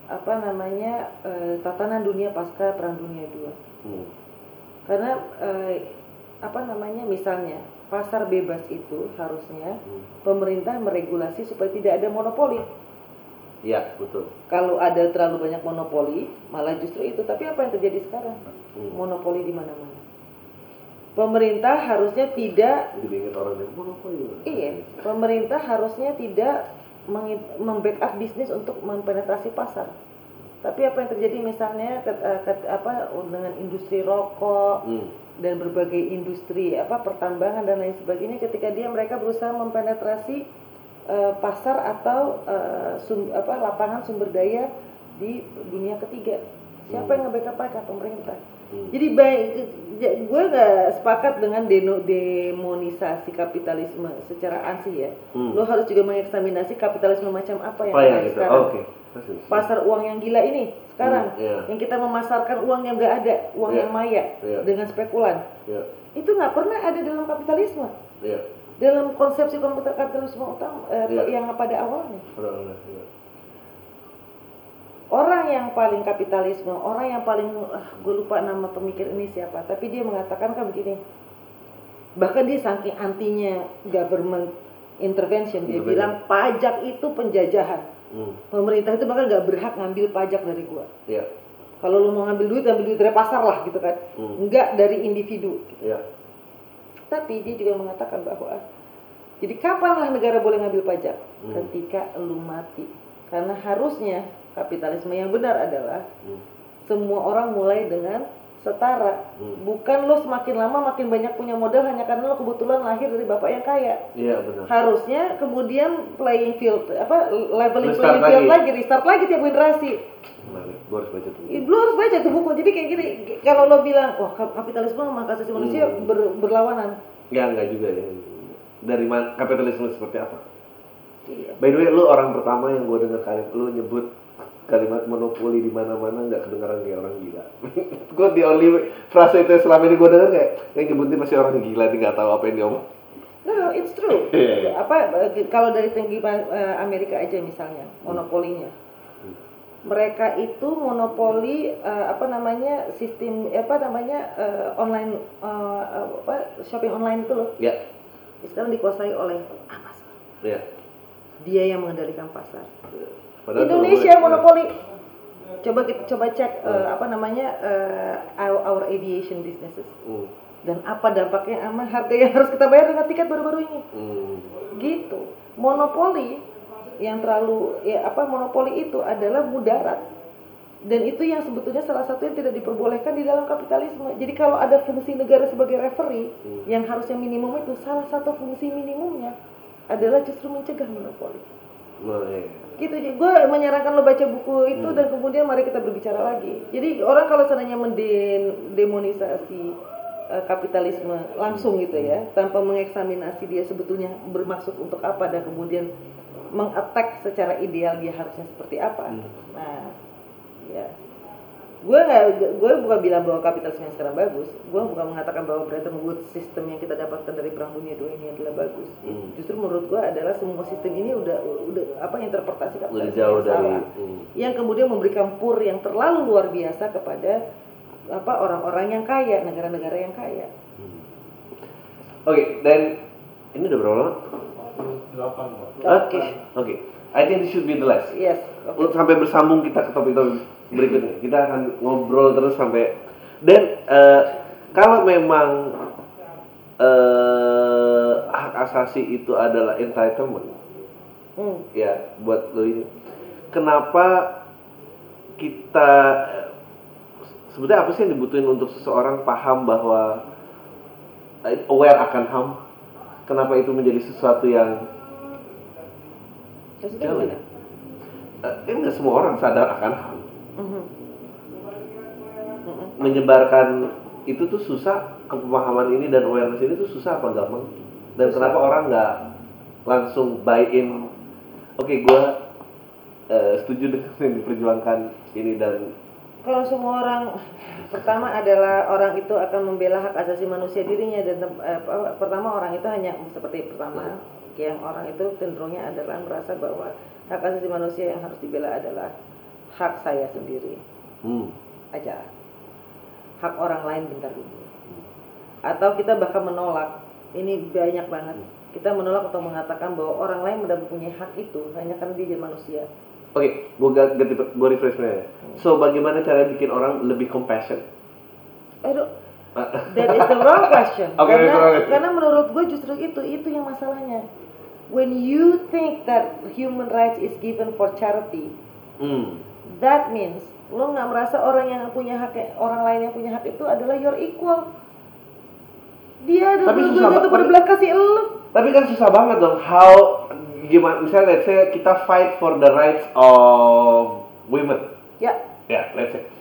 tatanan dunia pasca Perang Dunia II. Karena misalnya pasar bebas itu harusnya pemerintah meregulasi supaya tidak ada monopoli. Iya, betul. Kalau ada terlalu banyak monopoli, malah justru itu. Tapi apa yang terjadi sekarang? Monopoli di mana-mana. Pemerintah harusnya tidak diingat orang yang monopoli. Iya, pemerintah harusnya tidak membackup bisnis untuk mempenetrasi pasar. Tapi apa yang terjadi misalnya dengan industri rokok dan berbagai industri pertambangan dan lain sebagainya, ketika mereka berusaha mempenetrasi pasar atau lapangan sumber daya di dunia ketiga. Siapa yang nge-backup mereka? Pemerintah. Jadi gue nggak sepakat dengan demonisasi kapitalisme secara ansih ya. Lo harus juga mengeksaminasi kapitalisme macam apa yang ada sekarang. Pasar uang yang gila ini sekarang, yang kita memasarkan uang yang nggak ada, uang yang maya dengan spekulan. Itu nggak pernah ada dalam kapitalisme. Dalam konsepsi kapitalisme utama yang pada awalnya. Orang yang paling kapitalisme, orang yang paling gue lupa nama pemikir ini siapa, tapi dia mengatakan kan begini. Bahkan dia saking antinya government intervention, dia bilang pajak itu penjajahan. Pemerintah itu bahkan nggak berhak ngambil pajak dari gua. Kalau lu mau ngambil duit dari pasar lah gitu kan, nggak dari individu. Tapi dia juga mengatakan bahwa jadi kapanlah negara boleh ngambil pajak? Ketika lu mati. Karena harusnya kapitalisme yang benar adalah semua orang mulai dengan setara. Bukan lo semakin lama makin banyak punya modal hanya karena lo kebetulan lahir dari bapak yang kaya. Iya benar. Harusnya kemudian leveling playing field lagi, restart lagi tiap generasi. Lo harus baca tuh. Lo harus baca tuh buku. Jadi kayak gini, kalau lo bilang wah kapitalisme sama hak asasi manusia berlawanan. Enggak juga ya. Dari kapitalisme seperti apa? Iya. By the way, lu orang pertama yang gue dengar kali lu nyebut kalimat monopoli di mana-mana nggak kedengaran kayak orang gila. Gue di only frase itu selama ini gue dengar kayak yang nyebutnya masih orang gila, dia nggak tahu apa yang dia omong. No, it's true. Kalau dari tinggi Amerika aja misalnya monopolinya, mereka itu monopoli sistem online shopping online itu loh. Ya. Sekarang dikuasai oleh Amazon. Ya. Dia yang mengendalikan pasar. Padahal Indonesia monopoli. Coba cek our aviation businesses. Dan apa dampaknya sama harga yang harus kita bayar dengan tiket baru-baru ini. Gitu. Monopoli yang monopoli itu adalah mudarat. Dan itu yang sebetulnya salah satu yang tidak diperbolehkan di dalam kapitalisme. Jadi kalau ada fungsi negara sebagai referee yang harusnya minimum itu, salah satu fungsi minimumnya adalah justru mencegah monopoli. Gitu. Gue menyarankan lo baca buku itu dan kemudian mari kita berbicara lagi. Jadi orang kalau seandainya mendemonisasi kapitalisme langsung gitu ya, tanpa mengeksaminasi dia sebetulnya bermaksud untuk apa dan kemudian mengattack secara ideal dia harusnya seperti apa. Nah, ya. Gue bukan bilang bahwa kapitalisme yang sekarang bagus. Gue bukan mengatakan bahwa Bretton Woods sistem yang kita dapatkan dari Perang Dunia II ini adalah bagus. Justru menurut gue adalah semua sistem ini udah interpretasi kapitalisme yang salah. Yang kemudian memberikan pur yang terlalu luar biasa kepada orang-orang yang kaya, negara-negara yang kaya. Oke, dan ini udah berapa lama? 8. Oke. I think this should be the last. Yes. Sampai bersambung kita ke topik-topik berikutnya. Kita akan ngobrol terus sampai dan kalau memang hak asasi itu adalah entitlement, ya buat lo ini. Kenapa kita sebenarnya apa sih yang dibutuhin untuk seseorang paham bahwa aware akan HAM? Kenapa itu menjadi sesuatu yang enggak semua orang sadar akan HAM. Menyebarkan itu tuh susah, kepemahaman ini dan awareness ini tuh susah apa gampang? Dan kenapa orang nggak langsung buy in? Oke, gue setuju dengan yang diperjuangkan ini. Dan kalau semua orang, pertama adalah orang itu akan membela hak asasi manusia dirinya dan pertama orang itu hanya seperti pertama yang orang itu cenderungnya adalah merasa bahwa hak asasi manusia yang harus dibela adalah hak saya sendiri aja, hak orang lain bentar dulu. Atau kita bahkan menolak, ini banyak banget, kita menolak atau mengatakan bahwa orang lain tidak mempunyai hak itu hanya karena dia jadi manusia. Oke, gue refreshnya. So, bagaimana cara bikin orang lebih compassion? That is the wrong question. Okay, karena menurut gue justru itu yang masalahnya. When you think that human rights is given for charity, that means lo nggak merasa orang yang punya hak, orang lain yang punya hak itu adalah your equal. Dia ada tuh berbelas kasih lo. Tapi kan susah banget dong. Gimana? Misalnya, let's say kita fight for the rights of women. Ya. Ya, let's say.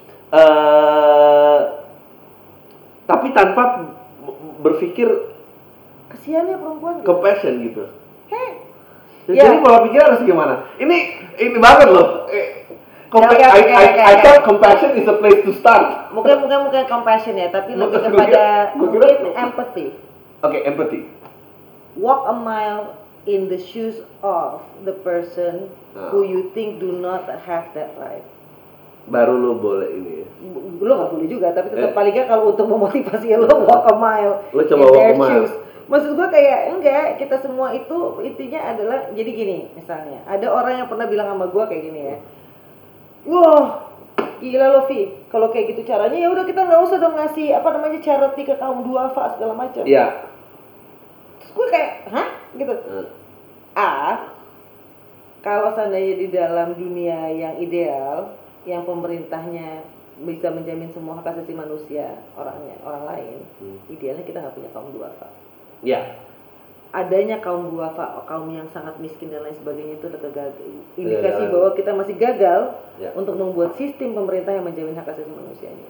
Tapi tanpa berpikir kasihan ya perempuan. Compassion gitu. Jadi pola pikir harus gimana? Ini banget loh. I thought compassion is a place to start. Mungkin compassion ya, tapi lebih kepada mungkin empathy. Okay, empathy. Walk a mile in the shoes of the person who you think do not have that right. Baru lo boleh ini ya. Lo nggak boleh juga, tapi tetap paling nggak kalau untuk memotivasi lo walk a mile. Lo coba walk a mile. Shoes. Maksud gue kayak enggak, kita semua itu intinya adalah jadi gini, misalnya ada orang yang pernah bilang sama gue kayak gini ya. Wah, gila lo Vi, kalau kayak gitu caranya ya udah kita nggak usah dong ngasih charity ke kaum duafa segala macam. Iya. Terus gue kayak, hah? Gitu. Kalau seandainya di dalam dunia yang ideal, yang pemerintahnya bisa menjamin semua hak asasi manusia orang lain, idealnya kita nggak punya kaum duafa. Ya. Adanya kaum duafa, kaum yang sangat miskin dan lain sebagainya itu adalah indikasi bahwa kita masih gagal untuk membuat sistem pemerintah yang menjamin hak asasi manusianya.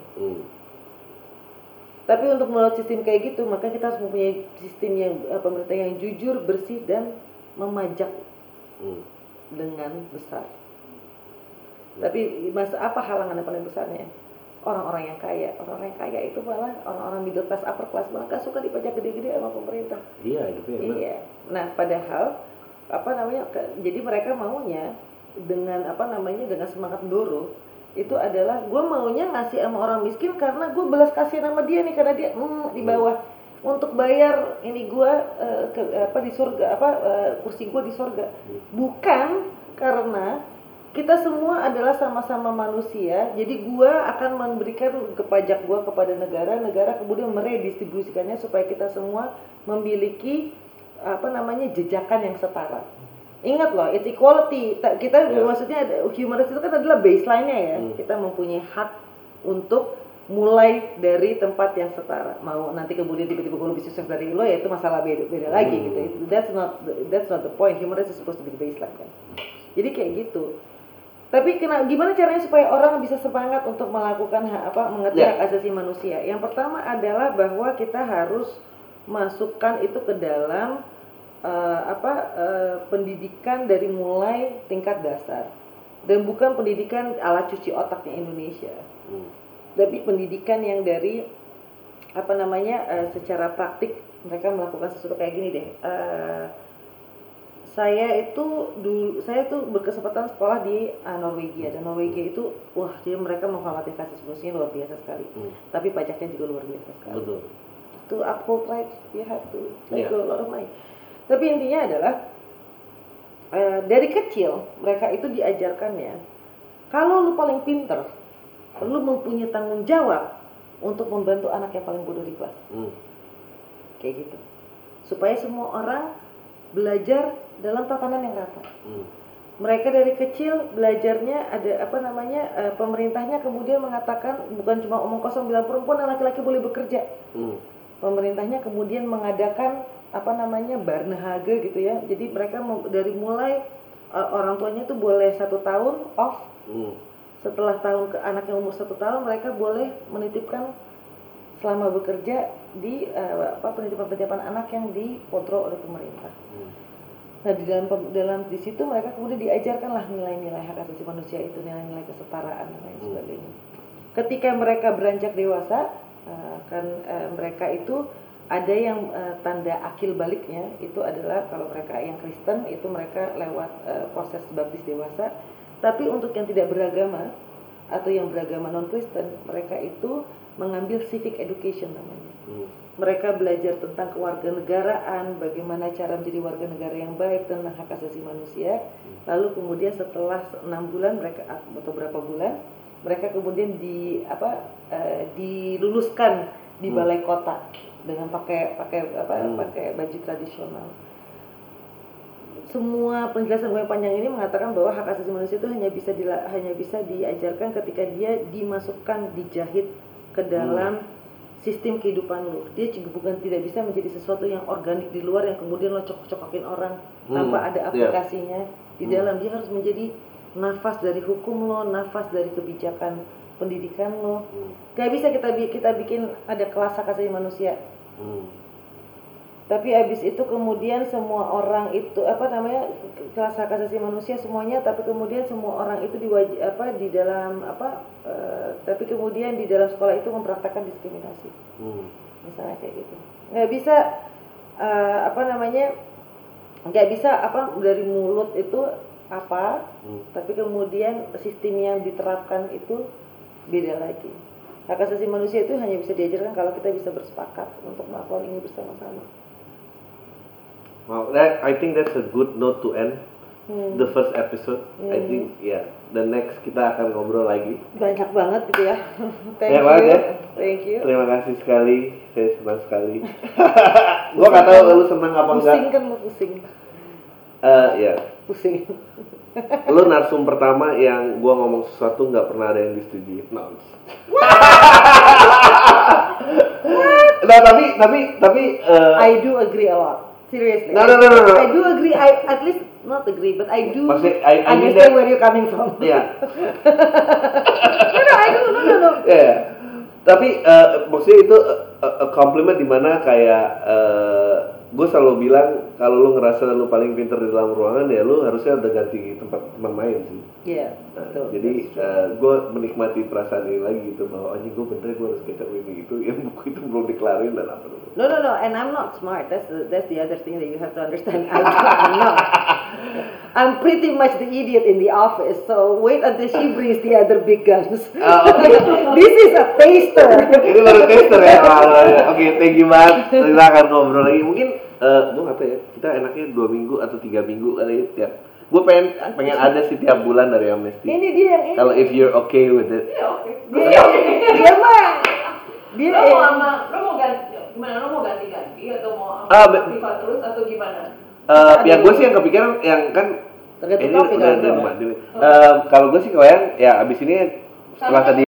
Tapi untuk membuat sistem kayak gitu, maka kita harus mempunyai sistem yang pemerintah yang jujur, bersih dan memajak dengan besar. Tapi apa halangan yang paling besarnya? Orang-orang yang kaya itu malah orang-orang middle class, upper class malah gak suka dipajak gede-gede sama pemerintah. Iya, itu ya. Iya. Nah, padahal jadi mereka maunya dengan dengan semangat mendorong itu adalah gue maunya ngasih sama orang miskin karena gue belas kasih sama dia nih, karena dia di bawah untuk bayar ini gue di surga kursi gue di surga, bukan karena kita semua adalah sama-sama manusia. Jadi gue akan memberikan pajak gue kepada negara kemudian meredistribusikannya supaya kita semua memiliki jejakan yang setara. Ingat loh, it's equality. Kita maksudnya human rights itu kan adalah baseline-nya ya. Kita mempunyai hak untuk mulai dari tempat yang setara. Mau nanti kemudian tiba-tiba gue lebih sukses dari lo, ya itu masalah beda lagi gitu. That's not the point. Human rights is supposed to be the baseline kan. Jadi kayak gitu. Tapi gimana caranya supaya orang bisa semangat untuk melakukan mengerti hak asasi manusia? Yang pertama adalah bahwa kita harus masukkan itu ke dalam pendidikan dari mulai tingkat dasar, dan bukan pendidikan ala cuci otaknya Indonesia, tapi pendidikan yang dari secara praktik mereka melakukan sesuatu kayak gini deh. Saya tuh berkesempatan sekolah di Norwegia, dan Norwegia itu jadi mereka menghormati hak asasi manusia luar biasa sekali. Tapi pajaknya juga luar biasa sekali. Betul. To uphold right, you have to let go a lot of money. Tapi intinya adalah dari kecil mereka itu diajarkannya, kalau lu paling pinter, lu mempunyai tanggung jawab untuk membantu anak yang paling bodoh di kelas. Kayak gitu. Supaya semua orang belajar dalam tatanan yang rata. Mereka dari kecil belajarnya ada pemerintahnya kemudian mengatakan bukan cuma omong kosong bilang perempuan dan laki-laki boleh bekerja. Pemerintahnya kemudian mengadakan Barnehage gitu ya. Jadi mereka dari mulai orang tuanya tuh boleh 1 tahun off. Setelah anak yang umur 1 tahun mereka boleh menitipkan selama bekerja di penitipan anak yang dikontrol oleh pemerintah. Nah di situ mereka kemudian diajarkanlah nilai-nilai hak asasi manusia itu, nilai-nilai kesetaraan dan lain sebagainya. Ketika mereka beranjak dewasa, mereka itu ada yang tanda akil baliknya itu adalah kalau mereka yang Kristen itu mereka lewat proses baptis dewasa. Tapi untuk yang tidak beragama atau yang beragama non-Kristen, mereka itu mengambil civic education namanya. Mereka belajar tentang kewarganegaraan, bagaimana cara menjadi warga negara yang baik, tentang hak asasi manusia. Lalu kemudian setelah 6 bulan mereka atau berapa bulan, mereka kemudian diluluskan di balai kota dengan pakai baju tradisional. Semua penjelasan gue panjang ini mengatakan bahwa hak asasi manusia itu hanya bisa diajarkan ketika dia dimasukkan, dijahit ke dalam sistem kehidupan lo. Dia tidak bisa menjadi sesuatu yang organik di luar yang kemudian lo cocok-cokokin orang tanpa ada aplikasinya di dalam. Dia harus menjadi nafas dari hukum lo, nafas dari kebijakan pendidikan lo. Gak bisa kita bikin ada kelas hak asasi manusia. Tapi abis itu kemudian semua orang itu kelas hak asasi manusia semuanya, tapi kemudian semua orang itu tapi kemudian di dalam sekolah itu mempraktekkan diskriminasi. Misalnya kayak gitu. Nggak bisa dari mulut itu tapi kemudian sistem yang diterapkan itu beda lagi. Hak asasi manusia itu hanya bisa diajarkan kalau kita bisa bersepakat untuk melakukan ini bersama-sama. Well, I think that's a good note to end the first episode. I think the next kita akan ngobrol lagi. Banyak banget gitu ya. Thank you. Terima kasih sekali. Saya senang sekali. Gua nggak tahu lu senang apa enggak. Pusing kan lu pusing. Pusing. Lu narsum pertama yang gua ngomong sesuatu nggak pernah ada yang disetujui. No. Nah, tapi I do agree a lot. Seriously. No. I do agree. I at least not agree, but I do understand where you're coming from. Yeah. No. Yeah. Tapi maksudnya itu a compliment di mana kayak gue selalu bilang kalau lu ngerasa lu paling pintar di dalam ruangan ya lu harusnya udah ganti tempat teman main sih. Iya, betul. Jadi gue menikmati perasaan ini lagi gitu bahwa anjing gue bener gue harus kecap ini gitu yang buku itu belum dikelarin dan apa. No, and I'm not smart. That's the other thing that you have to understand. I'm not. I'm pretty much the idiot in the office. So wait until she brings the other big guns. This is a taster. Ini baru taster ya. Oke, thank you banget. Kita akan ngobrol lagi. Mungkin gue nggak tahu ya. Kita enaknya 2 minggu atau 3 minggu kali ya. Gue pengen ada sih tiap bulan dari Amnesty. Ini dia yang ini. Kalau if you're okay with it. Iya oke. Dia mah. Dia lo mau ganti atau mau privat terus atau gimana? Ya gue sih yang kepikiran yang kan tergantung ini topik udah kan. kalau gue sih kebayang ya abis ini setelah tadi